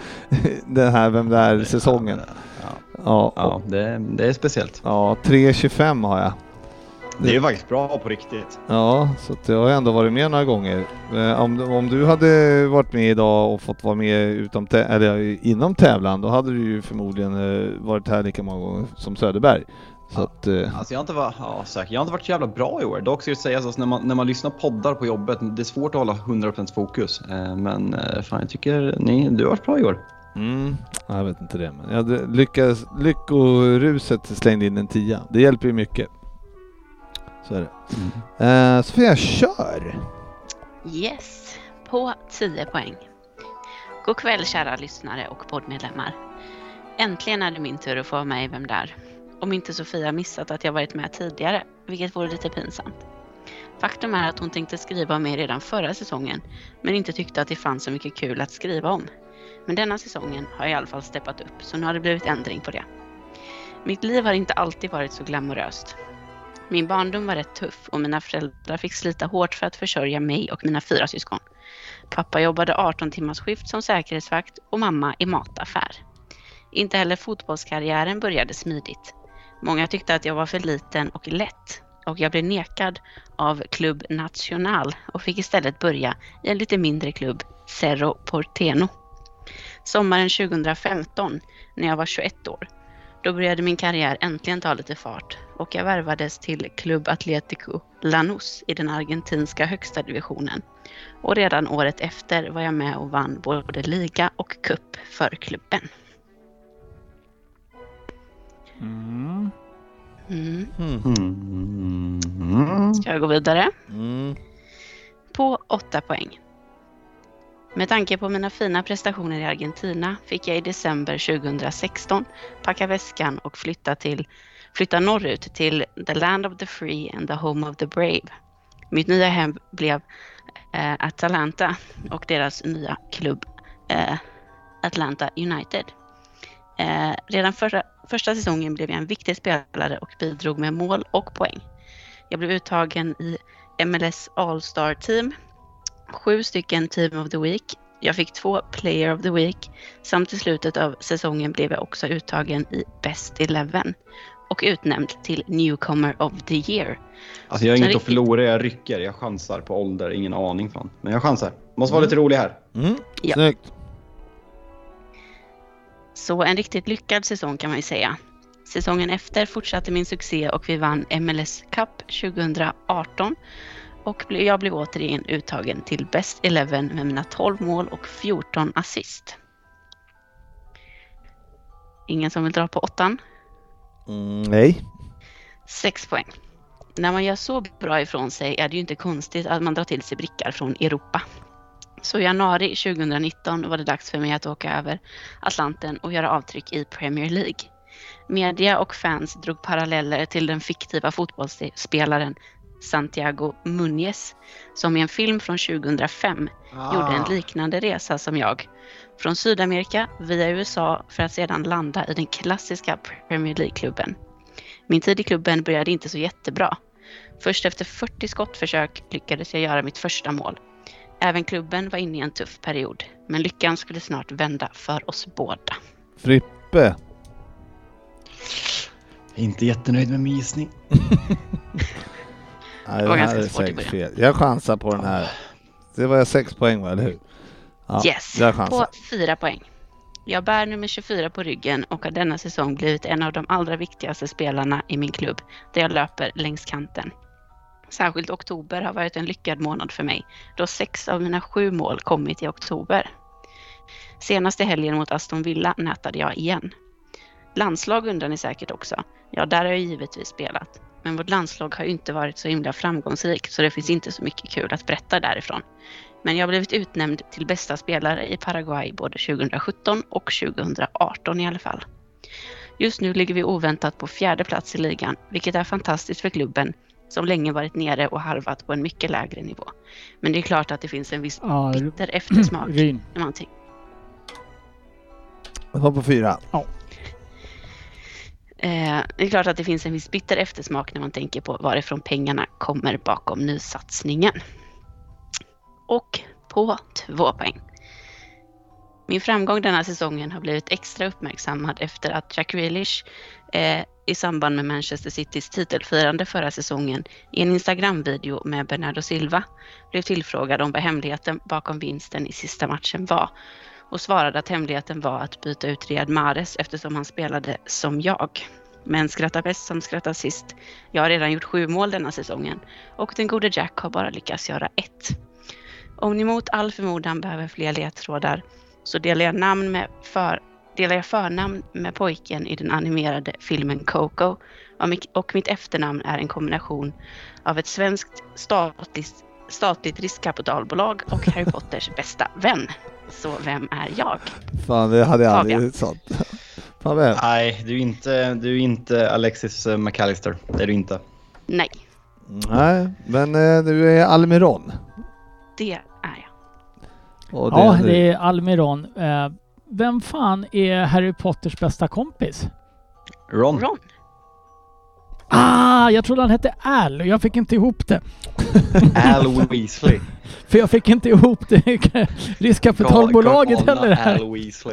den här Vem där säsongen. Ja, ja, ja det, det är speciellt. Ja, tre tjugofem har jag. Det är ju faktiskt bra på riktigt. Ja, så att jag har ändå varit med några gånger. Om, om du hade varit med idag och fått vara med utom tä- eller inom tävlan, då hade du ju förmodligen varit här lika många gånger som Söderberg. Så ja. att, eh. alltså jag, har inte var, ja, säkert. jag har inte varit så jävla bra i år. Dock ska jag säga alltså, när, man, när man lyssnar poddar på jobbet, det är svårt att hålla hundra procent fokus. Eh, men eh, fan, jag tycker ni, du har varit bra i år. Mm, jag vet inte det. Men jag lyckas, lyckoruset slängde in en tia. Det hjälper ju mycket. Så är det. Mm. Eh, Sofia, kör! Yes, på tio poäng. God kväll kära lyssnare och poddmedlemmar. Äntligen är det min tur att få vara med i Vem där? Om inte Sofia missat att jag varit med tidigare, vilket vore lite pinsamt. Faktum är att hon tänkte skriva om mig redan förra säsongen, men inte tyckte att det fanns så mycket kul att skriva om. Men denna säsongen har jag i alla fall steppat upp, så nu har det blivit ändring på det. Mitt liv har inte alltid varit så glamoröst. Min barndom var rätt tuff och mina föräldrar fick slita hårt för att försörja mig och mina fyra syskon. Pappa jobbade arton timmars skift som säkerhetsvakt och mamma i mataffär. Inte heller fotbollskarriären började smidigt. Många tyckte att jag var för liten och lätt och jag blev nekad av Club Nacional och fick istället börja i en lite mindre klubb, Cerro Porteño. Sommaren tjugohundrafemton, när jag var tjugoett år, då började min karriär äntligen ta lite fart och jag värvades till Club Atlético Lanús i den argentinska högsta divisionen. Och redan året efter var jag med och vann både liga och cup för klubben. Mm. Mm. Mm. Mm. Ska jag gå vidare? Mm. På åtta poäng. Med tanke på mina fina prestationer i Argentina fick jag i december tjugohundrasexton packa väskan och flytta, till, flytta norrut till the land of the free and the home of the brave. Mitt nya hem blev eh, Atalanta och deras nya klubb eh, Atlanta United. Eh, redan förra, första säsongen blev jag en viktig spelare och bidrog med mål och poäng. Jag blev uttagen i M L S All-Star Team, sju stycken Team of the Week. Jag fick två Player of the Week samt i slutet av säsongen blev jag också uttagen i Best Eleven och utnämnd till Newcomer of the Year. Alltså jag har inget att förlora, jag rycker, jag chansar på ålder, ingen aning fan. Men jag chansar, måste vara lite rolig här. Mm. Ja. Snyggt. Så en riktigt lyckad säsong kan man ju säga. Säsongen efter fortsatte min succé och vi vann M L S Cup tjugo arton. Och jag blev återigen uttagen till Best Eleven med mina tolv mål och fjorton assist. Ingen som vill dra på åttan? Mm, nej. Sex poäng. När man gör så bra ifrån sig är det ju inte konstigt att man drar till sig brickar från Europa. Så i januari tjugonitton var det dags för mig att åka över Atlanten och göra avtryck i Premier League. Media och fans drog paralleller till den fiktiva fotbollsspelaren Santiago Muñez som i en film från tjugohundrafem ah. gjorde en liknande resa som jag. Från Sydamerika via U S A för att sedan landa i den klassiska Premier League-klubben. Min tid i klubben började inte så jättebra. Först efter fyrtio skottförsök lyckades jag göra mitt första mål. Även klubben var inne i en tuff period. Men lyckan skulle snart vända för oss båda. Frippe. Inte jättenöjd med min gissning. Nej, det var ganska svårt i början. Fel. Jag chansar på den här. Det var sex poäng, eller hur? Ja, yes, på fyra poäng. Jag bär nummer tjugofyra på ryggen och har denna säsong blivit en av de allra viktigaste spelarna i min klubb där jag löper längs kanten. Särskilt oktober har varit en lyckad månad för mig då sex av mina sju mål kommit i oktober. Senaste helgen mot Aston Villa nätade jag igen. Landslag undrar ni säkert också. Ja, där har jag givetvis spelat. Men vårt landslag har ju inte varit så himla framgångsrikt så det finns inte så mycket kul att berätta därifrån. Men jag har blivit utnämnd till bästa spelare i Paraguay både tjugosjutton och tjugoarton i alla fall. Just nu ligger vi oväntat på fjärde plats i ligan, vilket är fantastiskt för klubben som länge varit nere och harvat på en mycket lägre nivå. Men det är klart att det finns en viss ja, bitter eftersmak. När man tänker. Jag var på fyra. Ja. Eh, det är klart att det finns en viss bitter eftersmak när man tänker på varifrån pengarna kommer bakom nysatsningen. Och på två poäng. Min framgång denna säsongen har blivit extra uppmärksammad efter att Jack Grealish eh, i samband med Manchester Citys titelfirande förra säsongen i en Instagram-video med Bernardo Silva blev tillfrågad om vad hemligheten bakom vinsten i sista matchen var och svarade att hemligheten var att byta ut Riyad Mahrez eftersom han spelade som jag. Men skrattar bäst som skrattar sist. Jag har redan gjort sju mål denna säsongen och den gode Jack har bara lyckats göra ett. Om ni mot all förmodan behöver fler ledtrådar så delar jag, namn med för, delar jag förnamn med pojken i den animerade filmen Coco och mitt efternamn är en kombination av ett svenskt statligt, statligt riskkapitalbolag och Harry Potters bästa vän. Så vem är jag? Fan, det hade jag aldrig sagt. Fan, vem? Nej, du är inte, du är inte Alexis McAllister. Det är du inte. Nej. Nej, men eh, du är Almiron. Det är jag. Och det ja, är det är Almiron. Uh, vem fan är Harry Potters bästa kompis? Ron. Ron. Ah, jag trodde han hette Al och jag fick inte ihop det. Al Weasley. För jag fick inte ihop det riskkapitalbolaget heller. Al Weasley.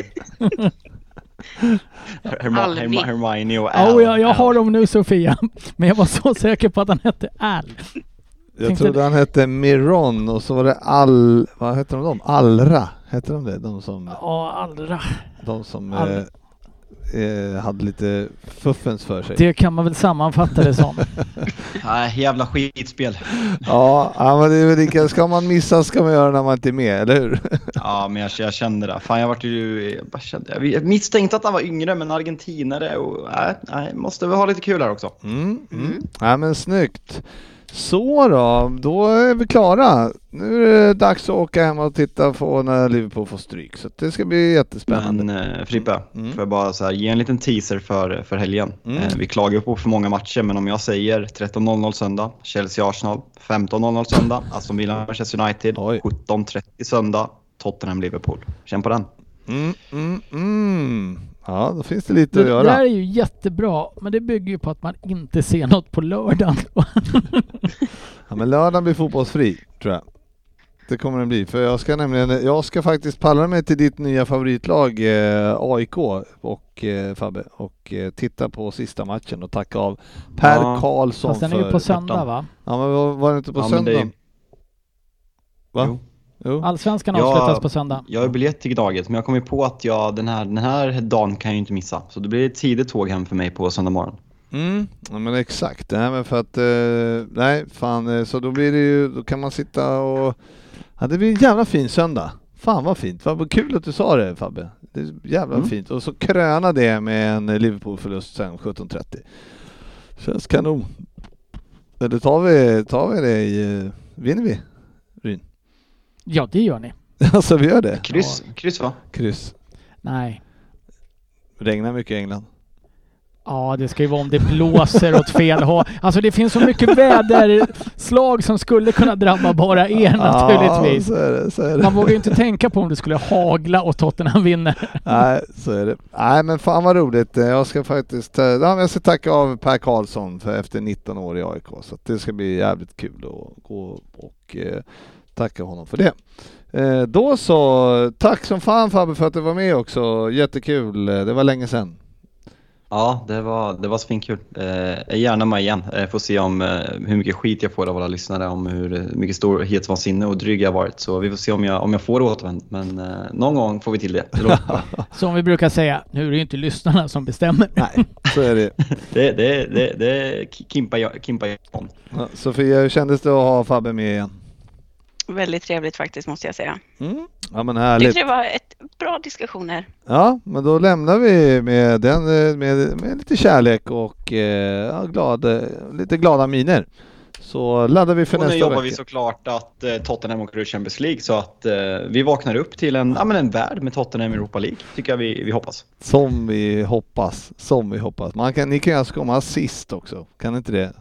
Herm- Herm- Hermione och Al. Ja, jag, jag har dem nu, Sofia. Men jag var så säker på att han hette Al. Jag Tänkte trodde han hette Miron och så var det All... Vad heter de? Allra. Heter de det? De som... Ja, Allra. De som All... eh, hade lite fuffens för sig. Det kan man väl sammanfatta det som. Nej, jävla skitspel. Ja, ja, men det är väl lika. Ska man missa ska man göra när man inte är med, eller hur? Ja, men jag, jag kände det. Fan, jag var ju... Jag, bara kände, jag misstänkte att han var yngre, men argentinare och... Nej, nej, måste vi ha lite kul här också. Mm, mm. Ja, men snyggt. Så då, då är vi klara. Nu är det dags att åka hem och titta på när Liverpool får stryk. Så det ska bli jättespännande. Men eh, Frippe, mm. får jag bara så här, ge en liten teaser för, för helgen. Mm. Eh, vi klagar på för många matcher, men om jag säger tretton noll noll söndag, Chelsea Arsenal, femton noll noll söndag, Aston Villa Manchester United, Oj. sjutton trettio söndag, Tottenham-Liverpool. Känn på den. Mm, mm, mm. Ja, då finns det lite det, att göra. Det här är ju jättebra, men det bygger ju på att man inte ser något på lördagen. Ja, men lördagen blir fotbollsfri, tror jag. Det kommer den bli, för jag ska nämligen, jag ska faktiskt palla mig till ditt nya favoritlag eh, A I K och eh, Fabbe och eh, titta på sista matchen och tacka av Per ja. Karlsson. Fast den är ju på söndag, va? Ja, men var, var det inte på ja, söndag? Det... Va? Jo. Jo. Allsvenskan avslutas jag, på söndag. Jag har biljett till Gdaget, men jag kommer på att jag, den, här, den här dagen kan jag ju inte missa. Så det blir ett tidigt tåg hem för mig på söndag morgon. Mm, ja, men exakt. Nej, men för att, eh, nej, fan, så då blir det ju, då kan man sitta och, ja, det blir en jävla fin söndag. Fan vad fint, vad kul att du sa det, Fabbe. Det är jävla mm. fint. Och så kröna det med en Liverpool-förlust sen sjutton trettio. Känns kanon. Eller tar vi, tar vi det i, vinner vi, Ryn? Ja, det gör ni. Alltså vi gör det. Kryss, ja. Kryss va? Kryss. Nej. Regnar mycket i England. Ja, det ska ju vara om det blåser åt fel håll. Alltså det finns så mycket väderslag som skulle kunna drabba bara er naturligtvis. Ja, så är det, så är det. Man vågar ju inte tänka på om det skulle hagla och Tottenham vinner. Nej, så är det. Nej, men fan vad roligt. Jag ska faktiskt, ja, jag ska tacka av Per Karlsson för efter nitton år i A I K. Så det ska bli jävligt kul att gå och eh, tacka honom för det. Eh, då så, tack som fan Fabbe för att du var med också. Jättekul, det var länge sedan. Ja, det var, det var svinkul. Eh, gärna med igen. Eh, får se om eh, hur mycket skit jag får av alla lyssnare, om hur mycket storhetsvansinne och dryg jag varit. Så vi får se om jag, om jag får återvänd. Men eh, någon gång får vi till det. det Som vi brukar säga, nu är det ju inte lyssnarna som bestämmer. Nej, så är det. det, det, det, det Kimpa jag, Kimpa jag om. Ja, Sofia, hur kändes det att ha Fabbe med igen? Väldigt trevligt faktiskt, måste jag säga. Mm. Ja, men härligt. Det var ett bra diskussioner. Ja, men då lämnar vi med den med, med lite kärlek och eh, ja, glad, lite glada miner. Så laddar vi för och nästa vecka. Och nu jobbar vi såklart att eh, Tottenham åker ur Champions League, så att eh, vi vaknar upp till en, ja, men en värld med Tottenham i Europa League, tycker jag vi, vi hoppas. Som vi hoppas, som vi hoppas. Man kan, ni kan ju alltså komma sist också, kan inte det?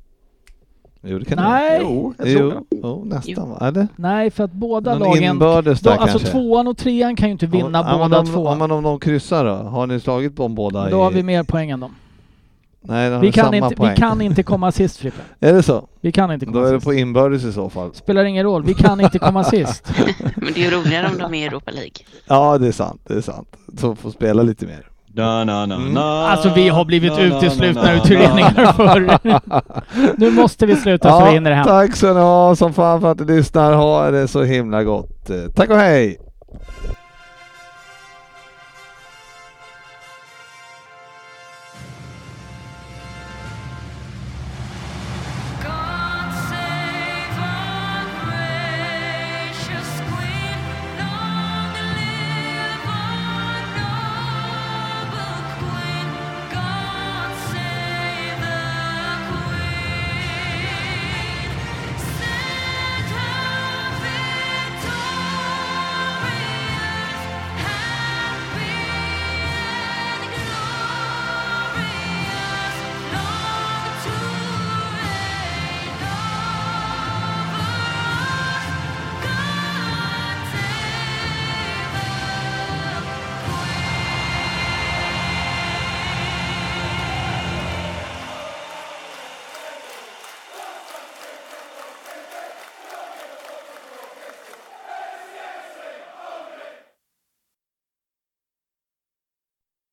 Jo, det kan Nej, det. Jo, jag tror jo, jo, nästan va? Eller? Nej, för att båda någon lagen inbördes där, då, alltså kanske. Tvåan och trean kan ju inte vinna ja, båda om, två. Om man om de kryssar då? Har ni slagit på båda? Då i... har vi mer poäng än dem. Nej, de vi, kan samma inte, poäng. vi kan inte komma sist, Frippe. Är det så? Vi kan inte komma då är sist. Det på inbördes i så fall. Spelar ingen roll, vi kan inte komma sist. Men det är ju roligare om de är i Europa League. Ja, det är sant, det är sant. Så får spela lite mer. Na, na, na, Mm. na, alltså vi har blivit na, uteslutna na, na, ur turneringar förr. Nu måste vi sluta ja, så vi hinner hem. Tack så ni ha som fan för att du lyssnar. Ha det så himla gott. Tack och hej!